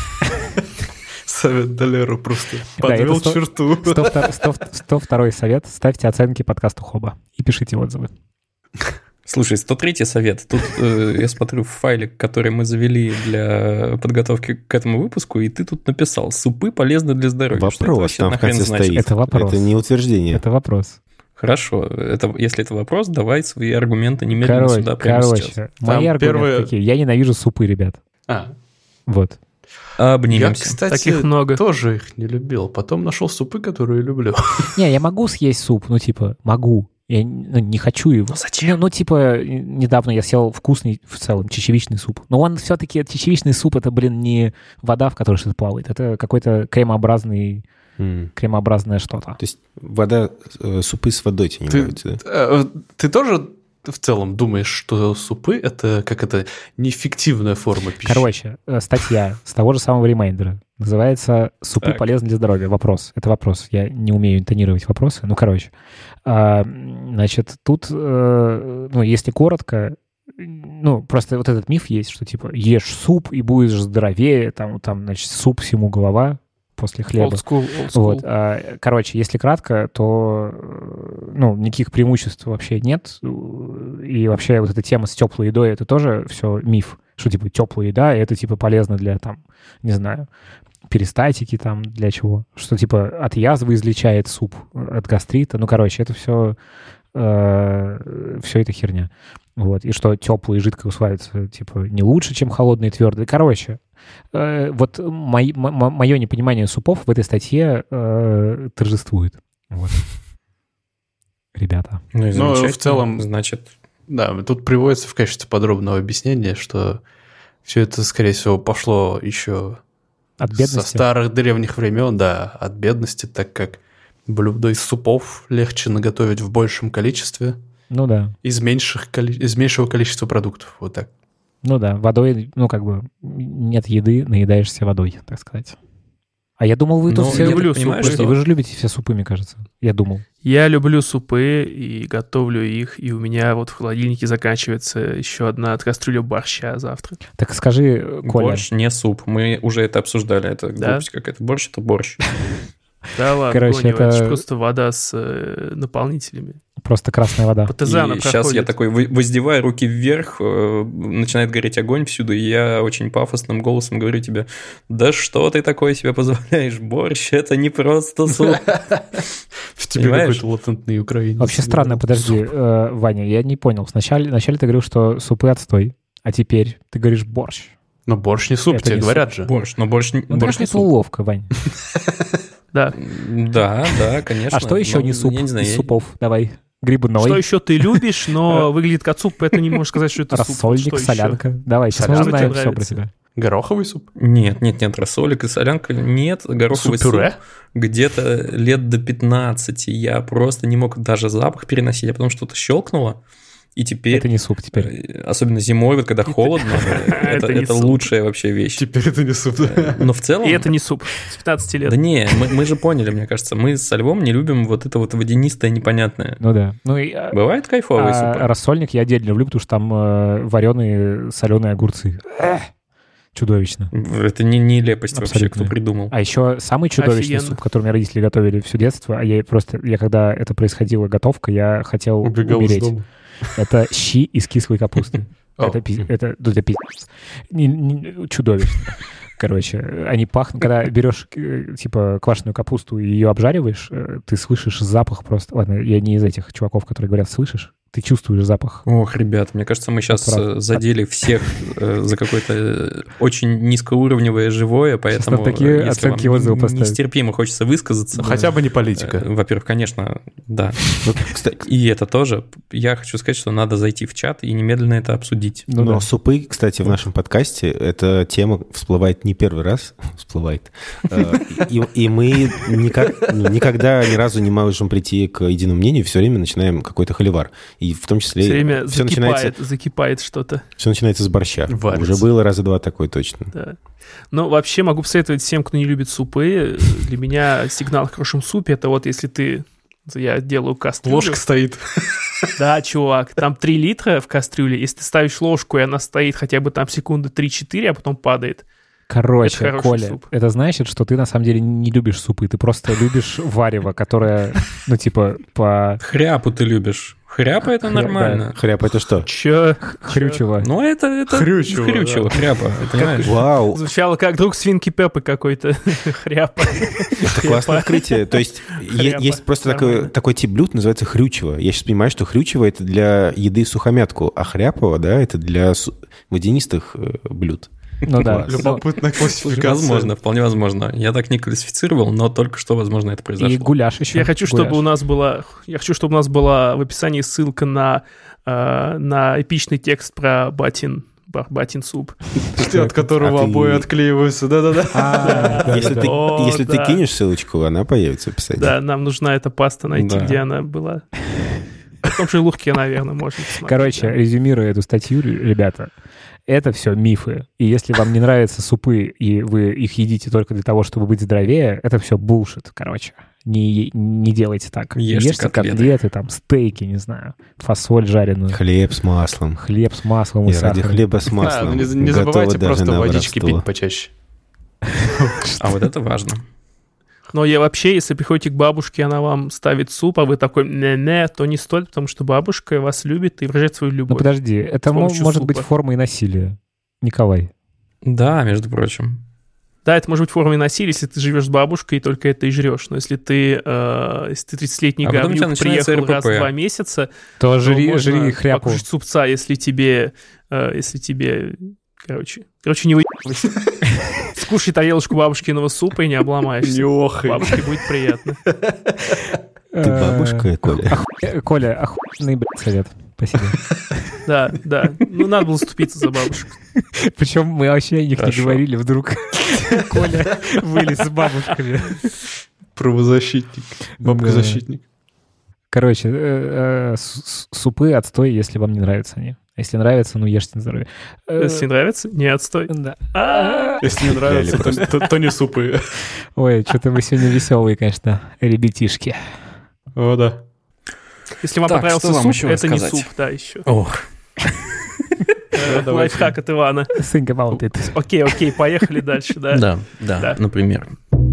Совет Долеру просто подвел черту. сто второй совет. Ставьте оценки подкасту Хоба и пишите отзывы. Слушай, сто третий совет. Тут э, я смотрю в файлик, который мы завели для подготовки к этому выпуску, и ты тут написал: супы полезны для здоровья. Вопрос там в конце стоит. Это вопрос. Это не утверждение. Это вопрос. Хорошо. Это, если это вопрос, давай свои аргументы немедленно короче, сюда прямо короче, сейчас. Мои аргументы первые... какие? Я ненавижу супы, ребят. А. Вот. Обнимемся. Я, кстати, таких много. Тоже их не любил. Потом нашел супы, которые люблю. Не, я могу съесть суп, ну типа, могу. Я ну, не хочу его. Ну зачем? Ну, ну, типа, недавно я съел вкусный в целом чечевичный суп. Но он все-таки, чечевичный суп, это, блин, не вода, в которой что-то плавает. Это какой-то кремообразный, mm. кремообразное что-то. То есть вода, э, супы с водой тебе не ты, нравятся, да? Э, ты тоже в целом думаешь, что супы — это как это неэффективная форма пищи? Короче, статья с того же самого ремайндера. Называется «Супы так. полезны для здоровья». Вопрос. Это вопрос. Я не умею интонировать вопросы. Ну, короче. А, значит, тут, э, ну, если коротко, ну, просто вот этот миф есть, что, типа, ешь суп и будешь здоровее, там, там значит, суп всему голова после хлеба. Old school, old school. Вот. А, короче, если кратко, то, ну, никаких преимуществ вообще нет. И вообще вот эта тема с теплой едой, это тоже все миф. Что, типа, теплая еда, и это, типа, полезно для, там, не знаю, перистатики там, для чего. Что, типа, от язвы излечает суп, от гастрита. Ну, короче, это все, э, все это херня. Вот. И что теплое и жидкое усваивается, типа, не лучше, чем холодное и твердое. Короче, э, вот мой, мо, мое непонимание супов в этой статье э, торжествует. Вот. Ребята. Ну, и ну, в целом, значит... Да, тут приводится в качестве подробного объяснения, что все это, скорее всего, пошло еще от бедности. Со старых древних времен, да, от бедности, так как блюдо из супов легче наготовить в большем количестве, Ну да. Из, меньших, из меньшего количества продуктов. Вот так. Ну да, водой, ну как бы нет еды, наедаешься водой, так сказать. А я думал, вы тут Ну, все... я люблю так понимаю, супы. что- Вы же любите все супы, мне кажется. Я думал. Я люблю супы и готовлю их, и у меня вот в холодильнике заканчивается еще одна кастрюля борща завтра. Так скажи, Коля, Борщ не суп. Мы уже это обсуждали. Это Да? глупость какая-то. Борщ — это борщ. Да ладно, Короче, Гоня, это... это- же просто вода с э, наполнителями. просто красная вода. Партизана И сейчас я проходит. такой вы- воздеваю руки вверх, э, начинает гореть огонь всюду, и я очень пафосным голосом говорю тебе: да что ты такое себе позволяешь? Борщ — это не просто суп. В тебе Понимаешь? какой-то латентный украинец. Вообще странно, подожди, э, Ваня, я не понял. Вначале, вначале ты говорил, что супы отстой, а теперь ты говоришь борщ. Но борщ не суп, Это тебе не говорят же. Борщ, но борщ, не- Ну, борщ это не суп. уловка, Вань. Да. Да, да, конечно. А что еще Но не суп я не знаю, из я- супов? Давай. Грибной, Что еще ты любишь, но выглядит как суп, поэтому не можешь сказать, что это суп. рассольник, Что еще? солянка. Давай, сейчас мы Солянка узнаем тебе все про нравится? тебя. Гороховый суп? Нет, нет, нет, рассолик и солянка нет, гороховый суп. Суп-пюре? Где-то лет до пятнадцати я просто не мог даже запах переносить, а потом что-то щелкнуло, и теперь, Это не суп теперь. э, особенно зимой, вот когда холодно, это, Это не это суп. лучшая вообще вещь. Теперь это не суп. Э, Но в целом... И это не суп. С пятнадцати лет. Да не, мы, мы же поняли, мне кажется, мы с Львом не любим вот это вот водянистое непонятное. Ну да. Ну и а, Бывают кайфовые а, супы. рассольник я отдельно люблю, потому что там э, вареные соленые огурцы. Эх, чудовищно. Это не нелепость вообще, Абсолютно. кто придумал. А еще самый чудовищный Офигенно. суп, который мне родители готовили все детство, а я просто, я когда это происходило, готовка, я хотел Убегал из умереть. дома. Это щи из кислой капусты. О. Это, пи- это, ну, это пиздец. Не- не- Чудовищно. Короче, они пахнут, когда берешь, э, типа, квашеную капусту и ее обжариваешь, э, ты слышишь запах просто... Ладно, я не из этих чуваков, которые говорят «слышишь», ты чувствуешь запах. Ох, ребят, мне кажется, мы сейчас правда. задели всех э, за какое-то э, очень низкоуровневое живое, поэтому нам такие э, если оценки вам отзывов н- поставить. нестерпимо хочется высказаться. Ну, хотя бы не политика. э, Во-первых, конечно, да. Ну, кстати, И это тоже. Я хочу сказать, что надо зайти в чат и немедленно это обсудить. Ну но да. супы, кстати, в нашем подкасте, эта тема всплывает не первый раз, всплывает. Э, И, и мы никак- никогда ни разу не можем прийти к единому мнению, все время начинаем какой-то холивар. И в том числе... Все время все закипает, начинается, закипает что-то. все начинается с борща. Варится. Уже было раза два такой точно. Да. Но вообще могу посоветовать всем, кто не любит супы. Для меня сигнал к хорошему супе — это вот если ты... Я делаю кастрюлю. Ложка стоит. Да, чувак, там три литра в кастрюле. Если ты ставишь ложку, и она стоит хотя бы там секунды три-четыре, а потом падает. Короче, Это хороший Коля, суп. это значит, что ты на самом деле не любишь супы, ты просто любишь варево, которое, ну, типа, по Хряпу ты любишь. Хряпа — это Хря- нормально. Хряп, это что? Чё? хрючево. Ну, это, это Хрючево, хрючево, да. хряпа, понимаешь? Вау, Звучало как друг свинки Пеппы какой-то. Хряпа. это классное открытие. То есть е- Хряпа. есть просто такой, Нормально. такой тип блюд, называется хрючево. Я сейчас понимаю, что хрючево — это для еды сухомятку, а хряпово, да, это для су- водянистых э, блюд. Ну да. Класс. Любопытная классификация. Возможно, вполне возможно. Я так не классифицировал, но только что, возможно, это И произошло. гуляш еще. Я хочу, чтобы у нас была, я хочу, чтобы у нас была в описании ссылка на, э, на эпичный текст про батин, ба- батин суп. От которого А ты- обои отклеиваются. Да-да-да. А, Если ты, О, если ты да. кинешь ссылочку, она появится в описании. Да, нам нужна эта паста найти, Да. где она была. В том же лухке, наверное, можно посмотреть. Короче, да. резюмируя эту статью, ребята, это все мифы. И если вам не нравятся супы, и вы их едите только для того, чтобы быть здоровее, это все булшит, короче. Не, не делайте так. Ешьте котлеты. котлеты, там, стейки, не знаю, фасоль жареную, Хлеб с маслом. хлеб с маслом и И ради сахаром. хлеба с Да, маслом. ну не, не готова забывайте даже просто на водички воровство. пить почаще. А вот это важно. Но я вообще, если приходите к бабушке, она вам ставит суп, а вы такой не-не, то не стоит, потому что бабушка вас любит и выражает свою Ну любовь. подожди, это С мо- помощью может супа. быть формой насилия. Николай. Да, между прочим. Да, это может быть формой насилия, если ты живешь с бабушкой и только это и жрешь. Но если ты, э, если ты тридцатилетний А потом у тебя говнюк, начинается приехал раз в РПП. два месяца, То то жри, можно жри хряпу. покушать супца, если тебе, э, если тебе, короче, короче, не выебывайся. Скушай тарелочку бабушкиного супа и не обломаешься. Неохай. Бабушке будет приятно. Ты бабушка, Коля? Э, Коля, охуенный, блядь, совет. Спасибо. Да, да. Ну, надо было заступиться за бабушку. Причем мы вообще о них не Хорошо. говорили, вдруг Коля вылез с бабушками. Правозащитник. Бабка-защитник. Короче, э, э, с- супы отстой, если вам не нравятся они. Если нравится, ну ешьте на здоровье. Э, Если не нравится, не отстой. Да. А, Если не нравится, то, то- то не супы. Ой, что-то вы сегодня веселые, конечно, ребятишки. О, да. Если вам Так, понравился что вам суп, еще это не рассказать? суп, да, еще. Ох, давайте. Лайфхак от Ивана. Think about it. Окей, окей, поехали дальше, да. да, да, Да. например.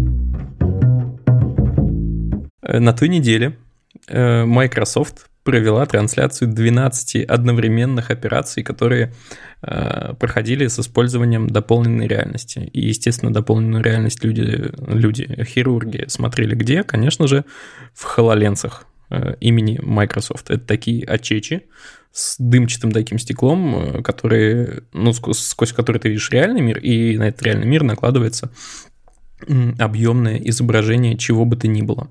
Э, На той неделе э, Microsoft провела трансляцию двенадцати одновременных операций, которые э, проходили с использованием дополненной реальности. И, естественно, дополненную реальность люди, люди, хирурги смотрели где? Конечно же, в HoloLens'ах э, имени Microsoft. Это такие очечи с дымчатым таким стеклом, э, которые, ну, сквозь, сквозь которые ты видишь реальный мир, и на этот реальный мир накладывается м, объемное изображение чего бы то ни было.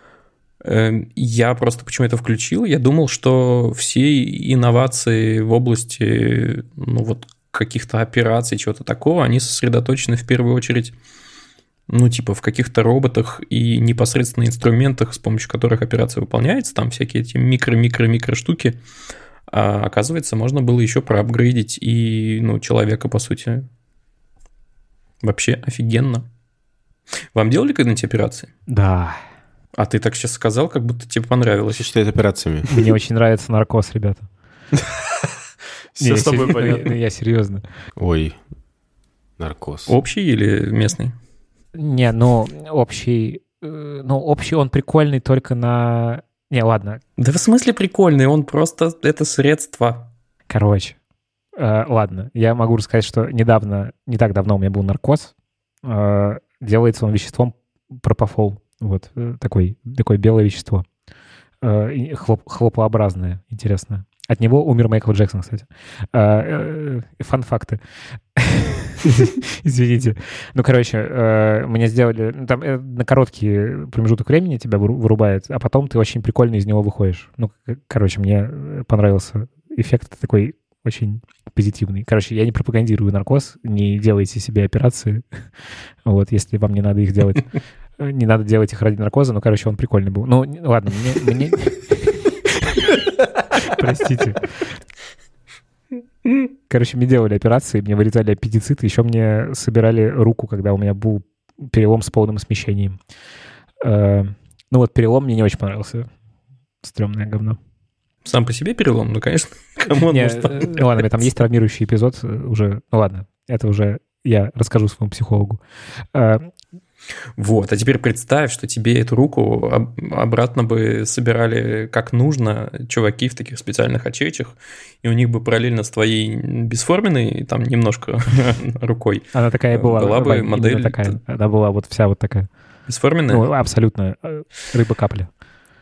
Я просто почему это включил? Я думал, что все инновации в области, ну, вот каких-то операций, чего-то такого, они сосредоточены в первую очередь, ну, типа в каких-то роботах и непосредственно инструментах, с помощью которых операция выполняется, там всякие эти микро-микро-микро штуки. А оказывается, можно было еще проапгрейдить и, ну, человека, по сути. Вообще офигенно. Вам делали когда-нибудь операции? Да. А ты так сейчас сказал, как будто тебе понравилось. Что считает операциями? Мне очень нравится наркоз, ребята. Все Не, с тобой я сер- понятно. ну, Я серьезно. Ой, наркоз. Общий или местный? Не, ну, общий... э, Ну, общий он прикольный только на... Не, ладно. Да в смысле прикольный, он просто это средство. Короче. э, Ладно, я могу рассказать, что недавно, не так давно у меня был наркоз. э, Делается он веществом пропофол. Вот, э, такой, такое белое вещество. Э, и хлоп- Хлопообразное, интересно. От него умер Майкл Джексон, кстати. Э, э, Фан-факты. Извините. Ну, короче, э, мне сделали... ну, Там э, на короткий промежуток времени тебя выру- вырубает, а потом ты очень прикольно из него выходишь. Ну, к- короче, мне э, понравился эффект такой очень позитивный. Короче, я не пропагандирую наркоз, не делайте себе операции, вот, если вам не надо их делать. Не надо делать их ради наркоза, но, короче, он прикольный был. Ну, не- ладно, мне... мне- Простите. Короче, мне делали операции, мне вырезали аппендицит, еще мне собирали руку, когда у меня был перелом с полным смещением. Э, Ну вот перелом мне не очень понравился. Стрёмное говно. Сам по себе перелом? Ну, конечно, кому он Не, может э, понравиться? ладно, там есть травмирующий эпизод э, уже. Ну ладно, это уже я расскажу своему психологу. Э, Вот, а теперь представь, что тебе эту руку об- обратно бы собирали как нужно чуваки в таких специальных очечах, и у них бы параллельно с твоей бесформенной, там немножко рукой, Она такая и была. Была бы Вань, именно модель- такая. Она была вот вся вот такая. бесформенная. Ну, абсолютно. э, Рыба-капля.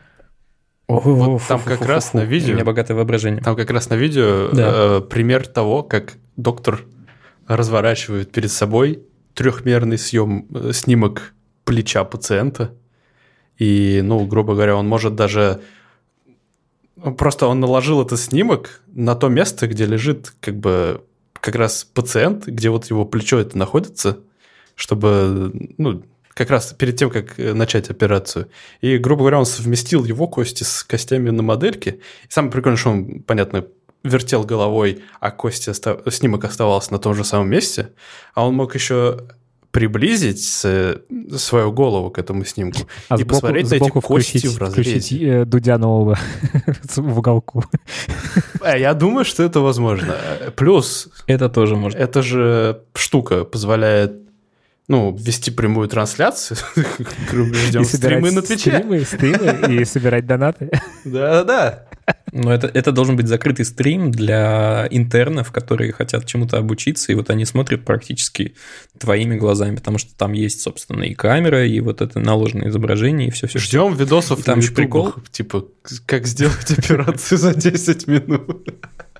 Вот там как раз на видео- У меня богатое воображение. Там как раз на видео Да. э, пример того, как доктор разворачивает перед собой трехмерный съем, э, снимок плеча пациента. И, ну, грубо говоря, он может даже... ну, просто он наложил этот снимок на то место, где лежит как бы как раз пациент, где вот его плечо это находится, чтобы, ну, как раз перед тем, как э, начать операцию. И, грубо говоря, он совместил его кости с костями на модельке. И самое прикольное, что он, понятно, вертел головой, а кости оста... снимок оставался на том же самом месте, а он мог еще приблизить с- свою голову к этому снимку А и сбоку, посмотреть на эти сбоку кости включить, в разрезе. включить э, Дудя нового в уголку. Э, Я думаю, что это возможно. Плюс, Это тоже можно. эта же штука позволяет, ну, вести прямую трансляцию. Ждем И стримы собирать на Твиче. Стримы, стримы и собирать донаты. Да-да-да. Но это, это должен быть закрытый стрим для интернов, которые хотят чему-то обучиться, и вот они смотрят практически твоими глазами, потому что там есть, собственно, и камера, и вот это наложенное изображение, и все-все. Ждем видосов И там на еще прикол. ютубах, типа, как сделать операцию за десять минут.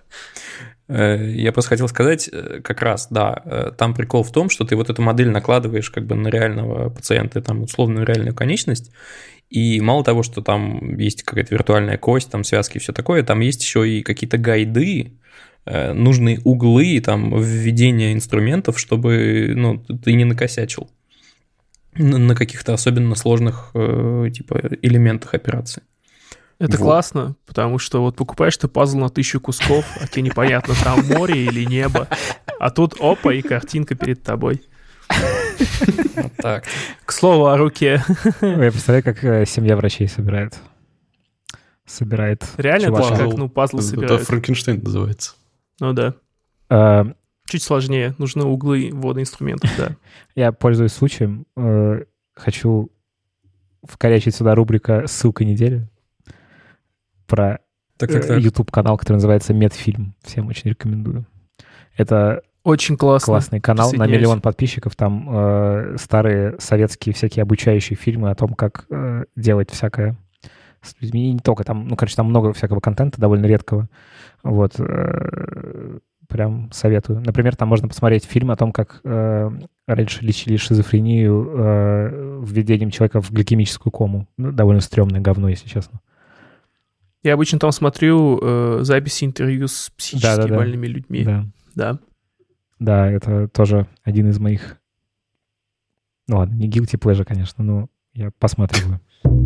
Я просто хотел сказать, э, как раз, да, э, там прикол в том, что ты вот эту модель накладываешь как бы на реального пациента, там условную реальную конечность, и мало того, что там есть какая-то виртуальная кость, там связки и все такое, там есть еще и какие-то гайды, э, нужные углы, там введение инструментов, чтобы, ну, ты не накосячил на на каких-то особенно сложных э, типа элементах операции. Это Вот. классно, потому что вот покупаешь ты пазл на тысячу кусков, а тебе непонятно, там море или небо, а тут опа, и картинка перед тобой. Вот так. К слову о руке. Я представляю, как э, семья врачей собирает. Собирает. Реально, это чувака. же как, ну, пазлы Это собирают. Франкенштейн называется. Ну да. Э, Чуть сложнее. Нужны углы ввода инструментов, да. Я пользуюсь случаем. э, Хочу вкорячить сюда рубрика «Ссылка недели» про Так, так, так. YouTube-канал, который называется «Медфильм». Всем очень рекомендую. Это Очень классно. классный канал на Присоединяюсь. миллион подписчиков. Там э, старые советские всякие обучающие фильмы о том, как э, делать всякое с людьми. И не только там, ну, короче, там много всякого контента, довольно редкого. Вот. э, Прям советую. Например, там можно посмотреть фильм о том, как э, раньше лечили шизофрению э, введением человека в гликемическую кому. Ну, довольно стрёмное говно, если честно. Я обычно там смотрю э, записи интервью с психически Да-да-да. больными людьми. Да. Да. Да, это тоже один из моих... Ну ладно, не guilty pleasure, конечно, но я посматриваю.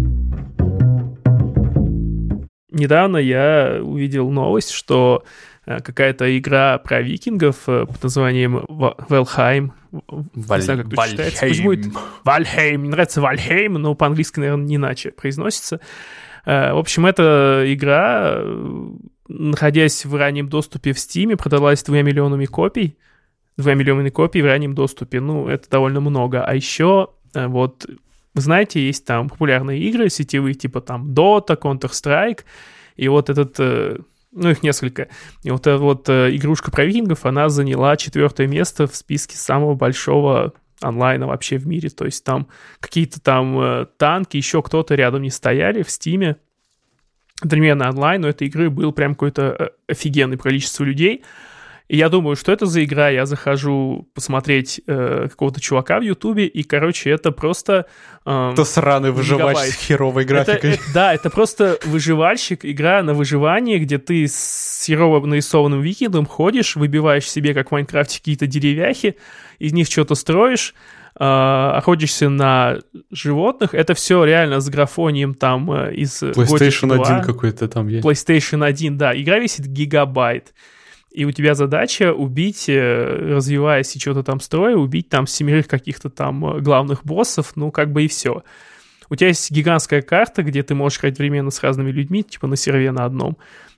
Недавно я увидел новость, что э, какая-то игра про викингов э, под названием Ва- Valheim. Не знаю, как тут читается. Пусть будет Valheim. Мне нравится Valheim, но по-английски, наверное, не иначе произносится. Э, В общем, эта игра, э, находясь в раннем доступе в Steam, продалась двумя миллионами копий. Двумя миллионами копий в раннем доступе. Ну, это довольно много. А еще э, вот... Вы знаете, есть там популярные игры сетевые, типа там Dota, Counter-Strike, и вот этот, э, ну, их несколько. И вот эта вот э, игрушка про викингов, она заняла четвертое место в списке самого большого онлайна вообще в мире. То есть там какие-то там э, танки, еще кто-то рядом не стояли в Стиме. Одновременно онлайн у этой игры был прям какое-то э, офигенное количество людей. И я думаю, что это за игра, я захожу посмотреть э, какого-то чувака в Ютубе, и, короче, это просто... Э, Это сраный выживач гигабайт. с херовой это- графикой. это- да, это просто выживальщик, игра на выживание, где ты с херово нарисованным викингом ходишь, выбиваешь себе, как в Майнкрафте, какие-то деревяхи, из них что-то строишь, э, охотишься на животных. Это все реально с графонием там э, из PlayStation Gothic два. один какой-то там есть. PlayStation один, да. Игра весит гигабайт. И у тебя задача убить, э, развиваясь и что-то там строя, убить там семерых каких-то там э, главных боссов, ну, как бы и все. У тебя есть гигантская карта, где ты можешь играть одновременно с разными людьми, типа на сервере на одном.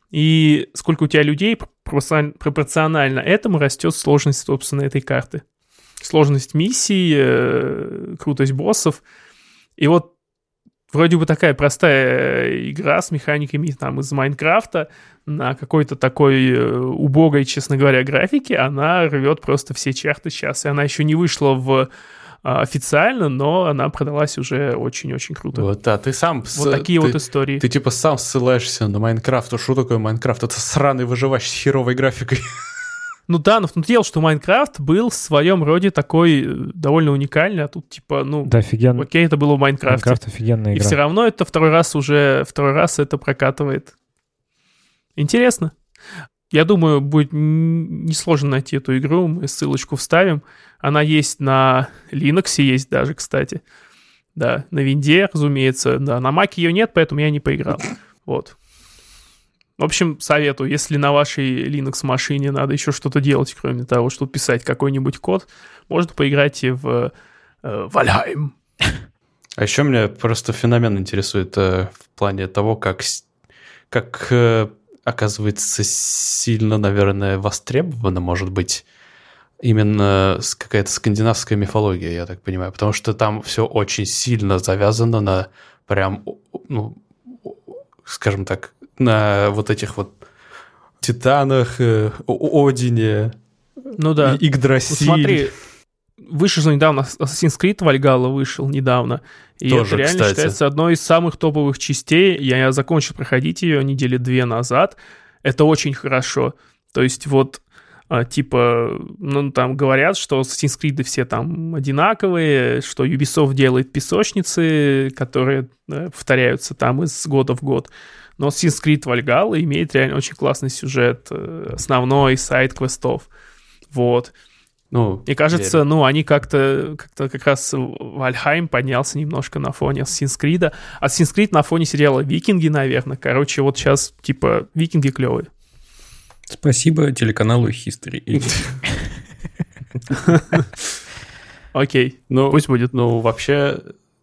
И сколько у тебя людей, пропорцион- пропорционально этому растет сложность, собственно, этой карты. Сложность миссий, э, крутость боссов. И вот вроде бы такая простая игра с механиками там из Майнкрафта на какой-то такой э, убогой, честно говоря, графике, она рвет просто все чарты сейчас. И она еще не вышла в а, официально, но она продалась уже очень-очень круто. Вот, Вот, да, ты сам... с- такие ты- вот истории. Ты типа сам ссылаешься на Майнкрафт. А что такое Майнкрафт? Это сраный выживач с херовой графикой. Ну да, но в том дело, что Майнкрафт был в своем роде такой э, довольно уникальный, а тут типа, ну, Да, офигенно. окей, это было в Майнкрафте. Майнкрафт офигенная И игра. все равно это второй раз уже, второй раз это прокатывает. Интересно. Я думаю, будет н- несложно найти эту игру, мы ссылочку вставим. Она есть на Linux, есть даже, кстати. Да, на винде, разумеется. Да, на Mac ее нет, поэтому я не поиграл. Вот. В общем, советую, если на вашей Linux-машине надо еще что-то делать, кроме того, чтобы писать какой-нибудь код, можно поиграть и в э, Valheim. А еще меня просто феномен интересует э, в плане того, как, с- как э, оказывается, сильно, наверное, востребована, может быть, именно с- какая-то скандинавская мифология, я так понимаю. Потому что там все очень сильно завязано на прям, ну, скажем так, на вот этих вот титанах, э, О- Одине, Ну да. И- Игдрасиль. Вот смотри, вышел же недавно Assassin's Creed Valhalla вышел недавно. И Тоже, это реально кстати. считается одной из самых топовых частей. Я закончил проходить ее недели две назад. Это очень хорошо. То есть вот а, типа, ну там говорят, что Assassin's Creed все там одинаковые, что Ubisoft делает песочницы, которые э, повторяются там из года в год. Но Assassin's Creed Valhalla имеет реально очень классный сюжет, э, основной сайт квестов. Вот. Ну, Мне кажется, верю. ну, они как-то, как-то как раз Вальхайм поднялся немножко на фоне Assassin's Creed. Assassin's Creed на фоне сериала «Викинги», наверное. Короче, вот сейчас, типа, «Викинги» клевые. Спасибо телеканалу History. Окей, Ну, пусть будет. Ну, вообще,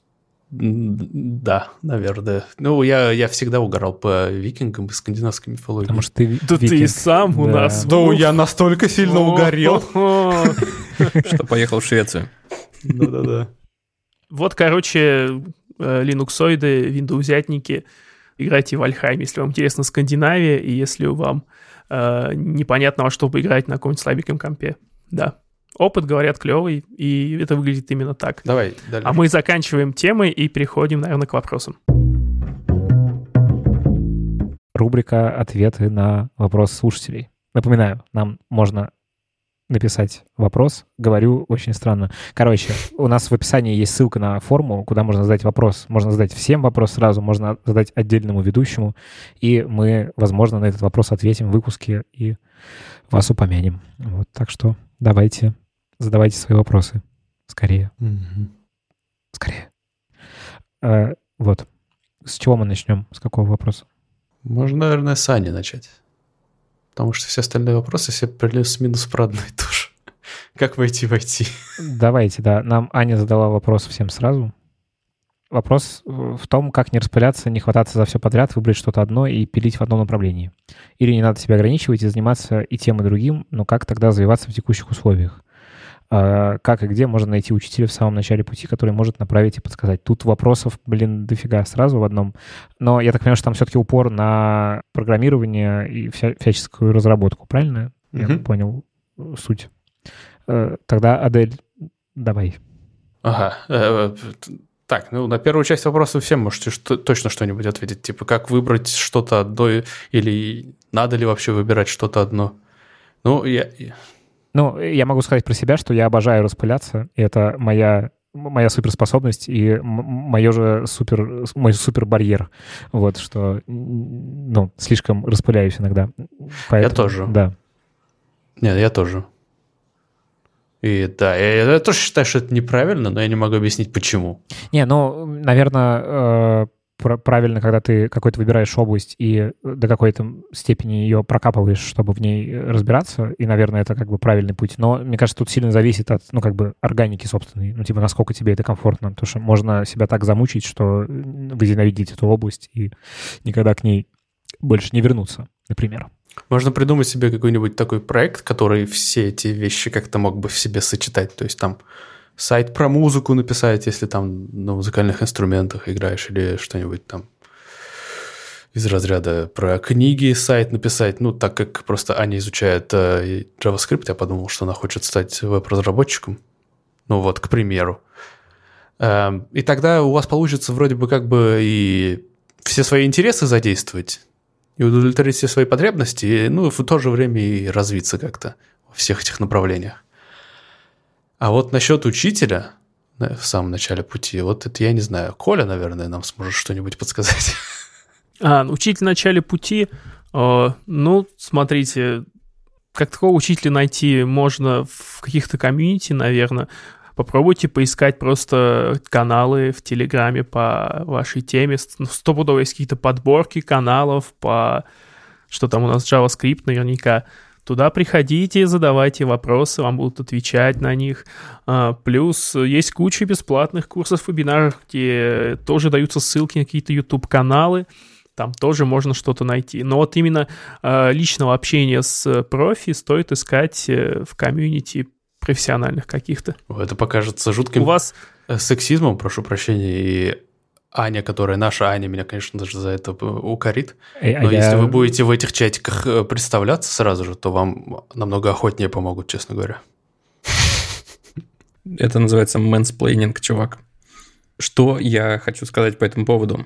да, наверное. Ну, я, я всегда угорал по викингам и скандинавской мифологии. Потому что ты Да ты и викинг. сам у Да. нас. Да, я настолько сильно угорел. Что поехал в Швецию. Да-да-да. Вот, короче, э, линуксоиды, виндоузятники, играйте в Вальхайм, если вам интересна Скандинавия, и если вам э, непонятно, во что поиграть на каком-нибудь слабеньком компе. Да. Опыт, говорят, клевый, и это выглядит именно так. Давай дальше. А мы заканчиваем темы и переходим, наверное, к вопросам. Рубрика «Ответы на вопросы слушателей». Напоминаю, нам можно написать вопрос. Говорю очень странно. Короче, у нас в описании есть ссылка на форму, куда можно задать вопрос. Можно задать всем вопрос сразу, можно задать отдельному ведущему, и мы, возможно, на этот вопрос ответим в выпуске и вас упомянем. Вот, так что давайте, задавайте свои вопросы. Скорее. Мгм. Скорее. Э, вот. С чего мы начнем? С какого вопроса? Можно, наверное, с Ани начать. Потому что все остальные вопросы все плюс-минус про одно и то же. Как войти в ай ти? Давайте, да. Нам Аня задала вопрос всем сразу. Вопрос в том, как не распыляться, не хвататься за все подряд, выбрать что-то одно и пилить в одном направлении. Или не надо себя ограничивать и заниматься и тем, и другим, но как тогда развиваться в текущих условиях? А, как и где можно найти учителя в самом начале пути, который может направить и подсказать? Тут вопросов, блин, дофига сразу в одном. Но я так понимаю, что там все-таки упор на программирование и вся, всяческую разработку, правильно? Я Мгм. понял суть. Э, Тогда, Адель, давай. Ага. э, э, Так, ну на первую часть вопроса вы всем можете что- точно что-нибудь ответить. Типа, как выбрать что-то одно и- или надо ли вообще выбирать что-то одно? Ну, я... я- Ну, я могу сказать про себя, что я обожаю распыляться, и это моя, моя суперспособность и м- мое же супер, мой супербарьер. Вот, что, м, ну, слишком распыляюсь иногда. Поэтому, тоже. Да. Нет, я тоже. И да, я, я тоже считаю, что это неправильно, но я не могу объяснить, почему. Не, ну, наверное, правильно, когда ты какой-то выбираешь область и до какой-то степени ее прокапываешь, чтобы в ней разбираться, и, наверное, это как бы правильный путь. Но, мне кажется, тут сильно зависит от, ну, как бы органики собственной, ну, типа, насколько тебе это комфортно, потому что можно себя так замучить, что возненавидеть эту область и никогда к ней больше не вернуться, например. Можно придумать себе какой-нибудь такой проект, который все эти вещи как-то мог бы в себе сочетать. То есть там сайт про музыку написать, если там на музыкальных инструментах играешь, или что-нибудь там из разряда про книги сайт написать. Ну, так как просто Аня изучает э, JavaScript, я подумал, что она хочет стать веб-разработчиком. Ну вот, к примеру. Эм, и тогда у вас получится вроде бы как бы и все свои интересы задействовать, и удовлетворить все свои потребности, и, ну, в то же время и развиться как-то во всех этих направлениях. А вот насчет учителя да, в самом начале пути, вот это я не знаю. Коля, наверное, нам сможет что-нибудь подсказать. А, учитель в начале пути, э, ну, смотрите, как такого учителя найти можно в каких-то комьюнити, наверное. Попробуйте поискать просто каналы в Телеграме по вашей теме. Стопудово есть какие-то подборки каналов по... Что там у нас? JavaScript наверняка. Туда приходите, задавайте вопросы, вам будут отвечать на них. А, плюс есть куча бесплатных курсов, вебинаров, где тоже даются ссылки на какие-то YouTube-каналы. Там тоже можно что-то найти. Но вот именно а, личного общения с профи стоит искать в комьюнити профессиональных каких-то. Это покажется жутким У вас... сексизмом, прошу прощения, и Аня, которая наша Аня, меня, конечно, даже за это укорит. Э, а Но я- если вы будете в этих чатиках э, представляться сразу же, то вам намного охотнее помогут, честно говоря. Это называется мэнсплейнинг, чувак. Что я хочу сказать по этому поводу?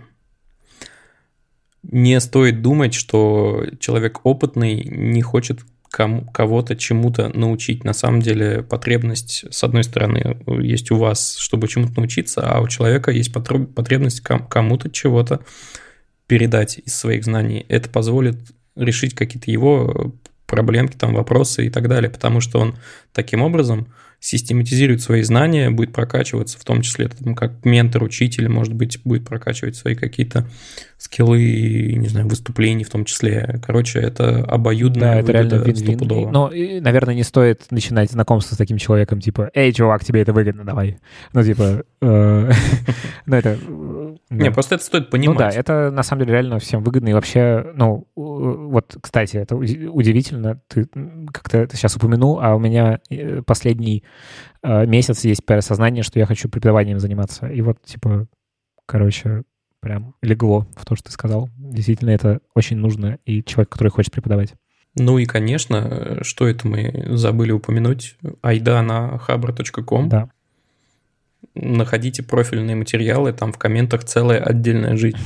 Не стоит думать, что человек опытный не хочет кому- кого-то чему-то научить. На самом деле потребность, с одной стороны, есть у вас, чтобы чему-то научиться, а у человека есть потреб- потребность ком- кому-то чего-то передать из своих знаний. Это позволит решить какие-то его проблемки, там, вопросы и так далее, потому что он таким образом систематизирует свои знания, будет прокачиваться, в том числе там, как ментор, учитель, может быть, будет прокачивать свои какие-то скиллы, не знаю, выступления в том числе. Короче, это обоюдная да, это реально выгода вин-вин. стопудово. Но, и, наверное, не стоит начинать знакомство с таким человеком, типа, эй, чувак, тебе это выгодно, давай. Ну, типа, ну, это... Не, просто это стоит понимать. Ну да, это на самом деле реально всем выгодно. И вообще, ну, вот, кстати, это удивительно. Ты как-то это сейчас упомянул, а у меня последний месяц есть осознание, что я хочу преподаванием заниматься. И вот, типа, короче, прям легло в то, что ты сказал. Действительно, это очень нужно. И человек, который хочет преподавать. Ну и, конечно, что это мы забыли упомянуть? Айда на хабр точка ком. Да. Находите профильные материалы, там в комментах целая отдельная жизнь.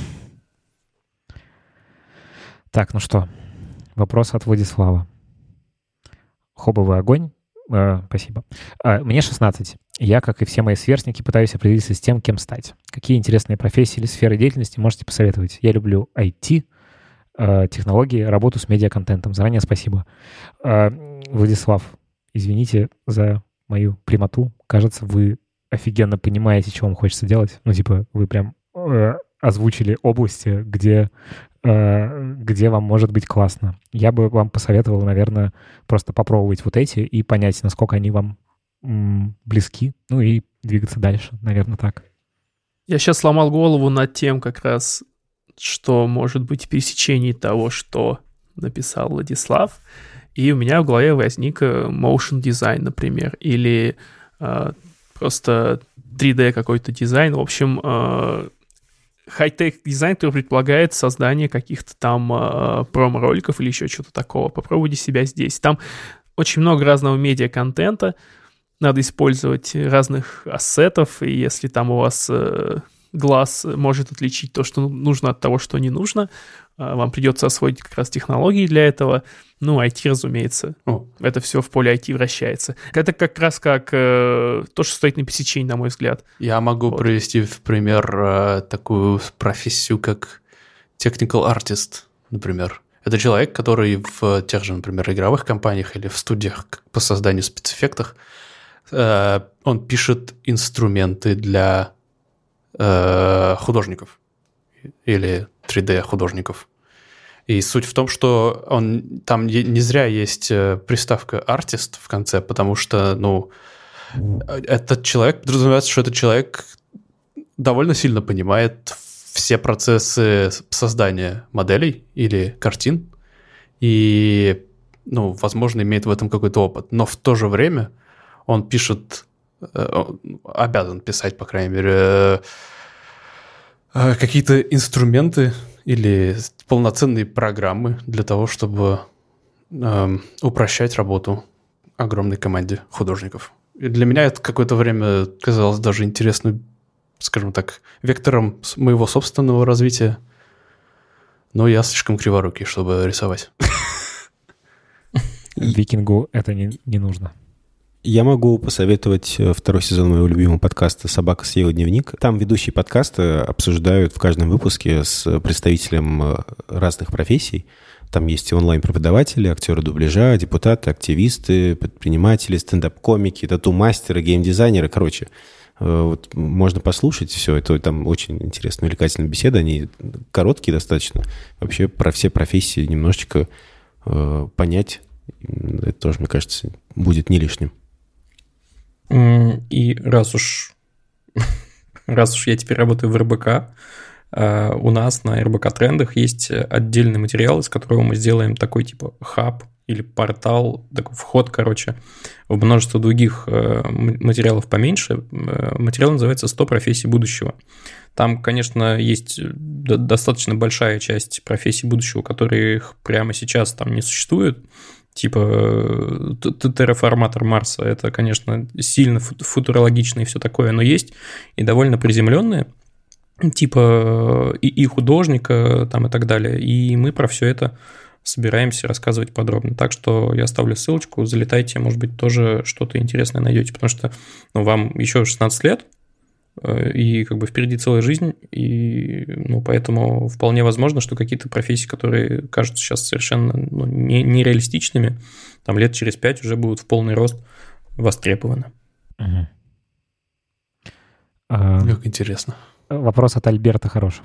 Так, ну что, вопрос от Владислава. Хобовый огонь. Э, спасибо. Э, мне шестнадцать. Я, как и все мои сверстники, пытаюсь определиться с тем, кем стать. Какие интересные профессии или сферы деятельности можете посоветовать? Я люблю ай ти, э, технологии, работу с медиаконтентом. Заранее спасибо. Э, Владислав, извините за мою прямоту. Кажется, вы офигенно понимаете, что вам хочется делать. Ну, типа, вы прям э, озвучили области, где, э, где вам может быть классно. Я бы вам посоветовал, наверное, просто попробовать вот эти и понять, насколько они вам м, близки, ну и двигаться дальше, наверное, так. Я сейчас сломал голову над тем как раз, что может быть в пересечении того, что написал Владислав, и у меня в голове возник motion design, например, или э, просто три дэ какой-то дизайн. В общем, э, хай-тек дизайн, который предполагает создание каких-то там э, промо-роликов или еще что-то такого. Попробуйте себя здесь. Там очень много разного медиа-контента. Надо использовать разных ассетов, и если там у вас э, глаз может отличить то, что нужно от того, что не нужно, э, вам придется освоить как раз технологии для этого. Ну, ай ти, разумеется. О. Это все в поле ай ти вращается. Это как раз как э, то, что стоит на пересечении, на мой взгляд. Я могу вот. привести в пример э, такую профессию, как technical artist, например. Это человек, который в тех же, например, игровых компаниях или в студиях по созданию спецэффектов э, он пишет инструменты для э, художников или три дэ-художников. И суть в том, что он, там не зря есть приставка «артист» в конце, потому что, ну, этот человек, подразумевается, что этот человек довольно сильно понимает все процессы создания моделей или картин и, ну, возможно, имеет в этом какой-то опыт. Но в то же время он пишет, обязан писать, по крайней мере, какие-то инструменты или полноценные программы для того, чтобы э, упрощать работу огромной команде художников. И для меня это какое-то время казалось даже интересным, скажем так, вектором моего собственного развития. Но я слишком криворукий, чтобы рисовать. Викингу это не, не нужно. Я могу посоветовать второй сезон моего любимого подкаста «Собака съела дневник». Там ведущие подкаста обсуждают в каждом выпуске с представителем разных профессий. Там есть онлайн-преподаватели, актеры дубляжа, депутаты, активисты, предприниматели, стендап-комики, тату-мастеры, гейм-дизайнеры. Короче, вот можно послушать все. Это там очень интересная, увлекательная беседа. Они короткие достаточно. Вообще про все профессии немножечко э, понять. Это тоже, мне кажется, будет не лишним. И раз уж, раз уж я теперь работаю в эр бэ ка, у нас на эр бэ ка-трендах есть отдельный материал, из которого мы сделаем такой типа хаб или портал, такой вход, короче, в множество других материалов поменьше. Материал называется «сто профессий будущего». Там, конечно, есть достаточно большая часть профессий будущего, которых прямо сейчас там не существует. Типа терраформатор Марса, это, конечно, сильно футурологично и все такое, но есть и довольно приземленные, типа и, и художника там и так далее. И мы про все это собираемся рассказывать подробно. Так что я оставлю ссылочку, залетайте, может быть, тоже что-то интересное найдете, потому что ну, вам еще шестнадцать лет, и как бы впереди целая жизнь, и ну, поэтому вполне возможно, что какие-то профессии, которые кажутся сейчас совершенно ну, не, нереалистичными, там лет через пять уже будут в полный рост востребованы. Угу. Как интересно. Вопрос от Альберта Хорошего.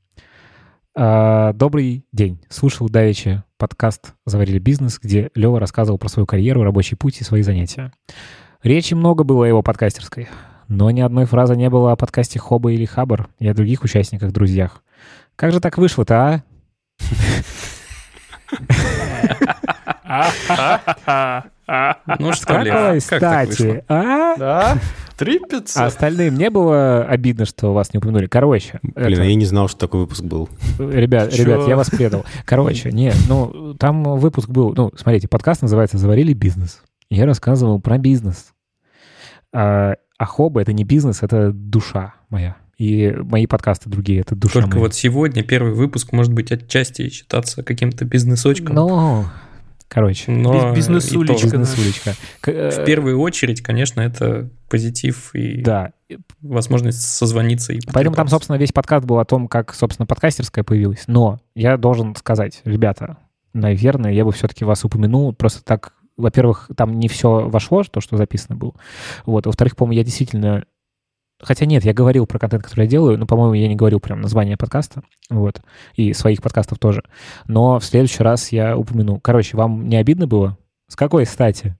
Добрый день. Слушал давеча подкаст «Заварили бизнес», где Лева рассказывал про свою карьеру, рабочий путь и свои занятия. Речи много было о его подкастерской, но ни одной фразы не было о подкасте «Хоба» или «Хабар» и о других участниках-друзьях. Как же так вышло-то, А? Ну что, Какой Лев, как так вышло? стати, а? Да? Трипец? А остальным не было обидно, что вас не упомянули? Короче. Блин, это- а я не знал, что такой выпуск был. Ребят, Чё? ребят, я вас предал. Короче, нет, ну, там выпуск был... Ну, смотрите, подкаст называется «Заварили бизнес». Я рассказывал про бизнес. А, а Хоба — это не бизнес, это душа моя. И мои подкасты другие — это душа Только моя. вот сегодня первый выпуск может быть отчасти считаться каким-то бизнесочком. Ну, короче, но Биз- бизнесулечка. и то. бизнесулечка. К- э, В первую очередь, конечно, это позитив и Да. возможность созвониться. И Поэтому там, потрепаться. собственно, весь подкаст был о том, как, собственно, подкастерская появилась. Но я должен сказать, ребята, наверное, я бы все-таки вас упомянул. Просто так, во-первых, там не все вошло, то, что записано было. Вот. Во-вторых, по-моему, я действительно... Хотя нет, я говорил про контент, который я делаю, но, по-моему, я не говорил прям название подкаста. Вот. И своих подкастов тоже. Но в следующий раз я упомяну. Короче, вам не обидно было? С какой стати?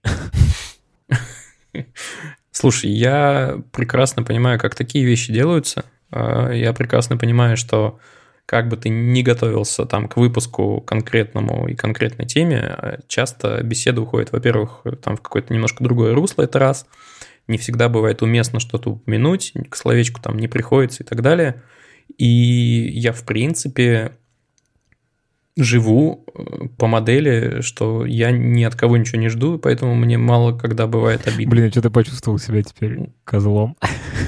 Слушай, я прекрасно понимаю, как такие вещи делаются. А, Я прекрасно понимаю, что как бы ты ни готовился там к выпуску конкретному и конкретной теме, а часто беседа уходит, во-первых, там в какое-то немножко другое русло, это раз. Не всегда бывает уместно что-то упомянуть, к словечку там не приходится и так далее. И я, в принципе, живу э, по модели, что я ни от кого ничего не жду, поэтому мне мало когда бывает обидно. Блин, я что-то почувствовал себя теперь козлом.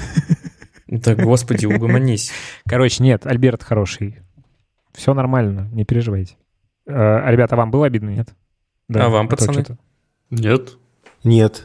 Да, господи, угомонись. Короче, нет, Альберт хороший. Все нормально, не переживайте. Э, А, ребята, вам было обидно, нет? А вам, то пацаны? что-то. Нет. Нет.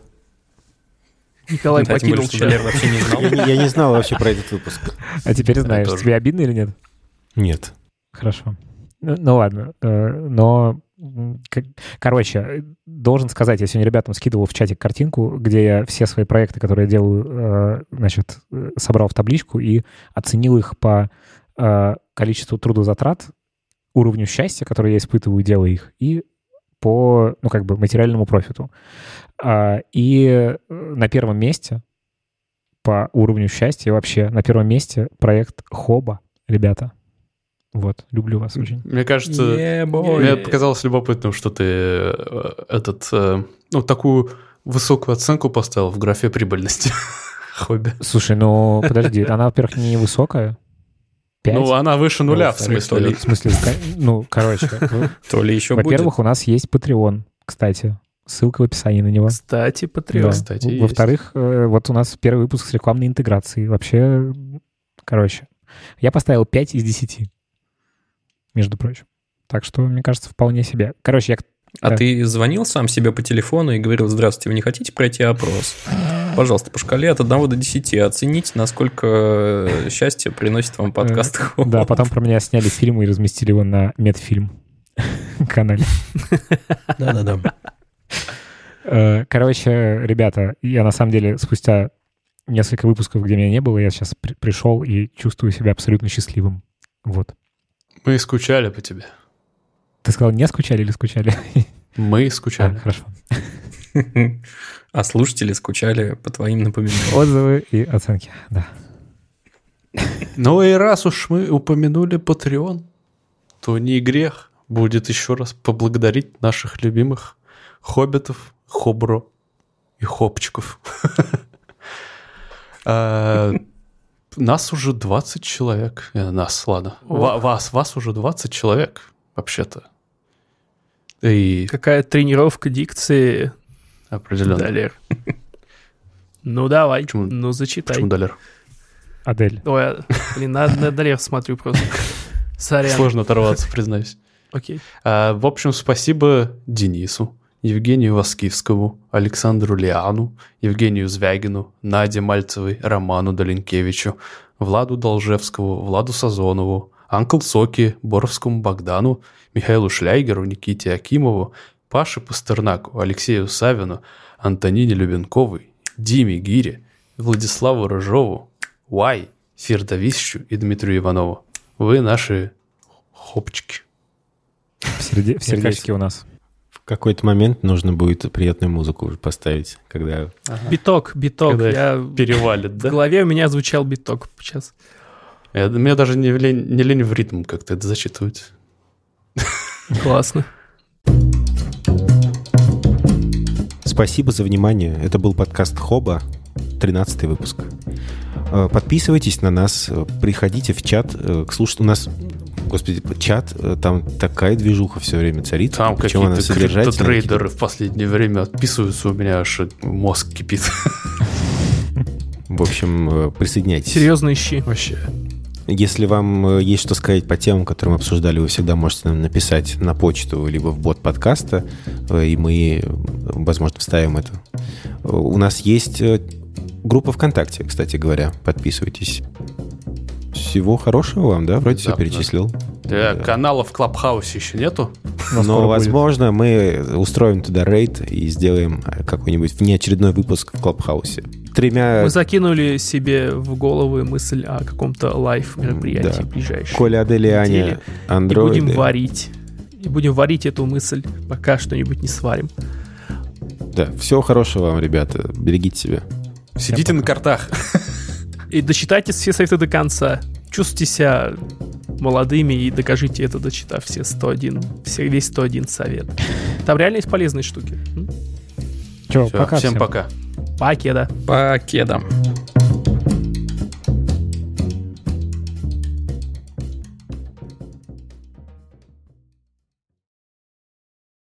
Николай Да, тем более, покинул что чат. Валер вообще не знал. Я не, я не знал вообще про этот выпуск. А теперь знаешь, тоже. тебе обидно или нет? Нет. Хорошо. Ну, ну ладно. Э, Но, м, к- короче, должен сказать, я сегодня ребятам скидывал в чатик картинку, где я все свои проекты, которые я делаю, э, значит, э, собрал в табличку и оценил их по э, количеству трудозатрат, уровню счастья, который я испытываю, делая их, и по, ну, как бы, материальному профиту. А, И э, на первом месте по уровню счастья вообще, на первом месте проект Хоба, ребята. Вот, люблю вас очень. Мне кажется, Е-бой. мне показалось любопытным, что ты э, этот, э, ну, такую высокую оценку поставил в графе прибыльности хобби. Слушай, ну подожди, она, во-первых, не высокая. Пять. Ну, она выше нуля, в во-вторых, смысле. то ли- В смысле, ка- ну, короче. ну, То ли еще будет. Во-первых, у нас есть Patreon, кстати. Ссылка в описании на него. Кстати, Да. Patreon. Кстати, есть. Во-вторых, э, вот у нас первый выпуск с рекламной интеграцией. Вообще, короче, я поставил пять из десяти, между прочим. Так что, мне кажется, вполне себе. Короче, я... А Да. ты звонил сам себе по телефону и говорил: здравствуйте, вы не хотите пройти опрос? Пожалуйста, по шкале от одного до десяти оцените, насколько счастья приносит вам подкаст. Э, Да, потом про меня сняли фильм и разместили его на Медфильм канале. Да-да-да. Э, Короче, ребята, я на самом деле спустя несколько выпусков, где меня не было, я сейчас при- пришел и чувствую себя абсолютно счастливым. Вот. Мы скучали по тебе. Ты сказал, не скучали или скучали? Мы А, скучали. хорошо. А слушатели скучали по твоим напоминаниям. Отзывы и оценки, да. Ну и раз уж мы упомянули Patreon, то не грех будет еще раз поблагодарить наших любимых хоббитов, хобро и хопчиков. А, Нас уже двадцать человек. Э, Нас, ладно. Ва- Вас, вас уже двадцать человек, вообще-то. И Какая тренировка дикции, определенно. Далер. Ну давай, Почему- ну зачитай. Почему Далер? Адель. Ой, а, блин, на, на Далер смотрю просто. Сорян. Сложно оторваться, признаюсь. Окей. А, В общем, спасибо Денису Евгению Воскивскому, Александру Лиану, Евгению Звягину, Наде Мальцевой, Роману Долинкевичу, Владу Должевскому, Владу Сазонову, Анкл Соки, Боровскому Богдану, Михаилу Шляйгеру, Никите Акимову, Паше Пастернаку, Алексею Савину, Антонине Любенковой, Диме Гире, Владиславу Рыжову, Уай, Фирдовищу и Дмитрию Иванову. Вы наши хопчики. В, серде... в сердечке у нас. В какой-то момент нужно будет приятную музыку поставить, когда... Ага. Биток, биток. Когда я... перевалит, да? В голове у меня звучал биток сейчас. Я... Мне даже не лень, не лень в ритм как-то это зачитывать. Классно. Спасибо за внимание. Это был подкаст Хоба, тринадцатый выпуск. Подписывайтесь на нас, приходите в чат. Слушайте, у нас, господи, чат, там такая движуха все время царит. Там какие-то криптотрейдеры в последнее время отписываются, у меня аж мозг кипит. В общем, присоединяйтесь. Серьезно ищи. Вообще. Если вам есть что сказать по темам, которые мы обсуждали, вы всегда можете нам написать на почту либо в бот подкаста, и мы, возможно, вставим это. У нас есть группа ВКонтакте, кстати говоря. Подписывайтесь. Всего хорошего вам, да? Вроде да, все перечислил. Да, да. Канала в Клабхаусе еще нету. Но, возможно, будет. Мы устроим туда рейд и сделаем какой-нибудь внеочередной выпуск в Клабхаусе. Тремя... Мы закинули себе в голову мысль о каком-то лайв-мероприятии да. ближайшем. Коля Аделиане, андроиды. И будем варить. И будем варить эту мысль, пока что-нибудь не сварим. Да, всего хорошего вам, ребята. Берегите себя. Сидите на картах. И дочитайте все советы до конца. Чувствуйте себя молодыми и докажите это, дочитав все сто один, все, весь сто один совет. Там реально есть полезные штуки. Че, пока всем всем. пока. Покеда. Покеда.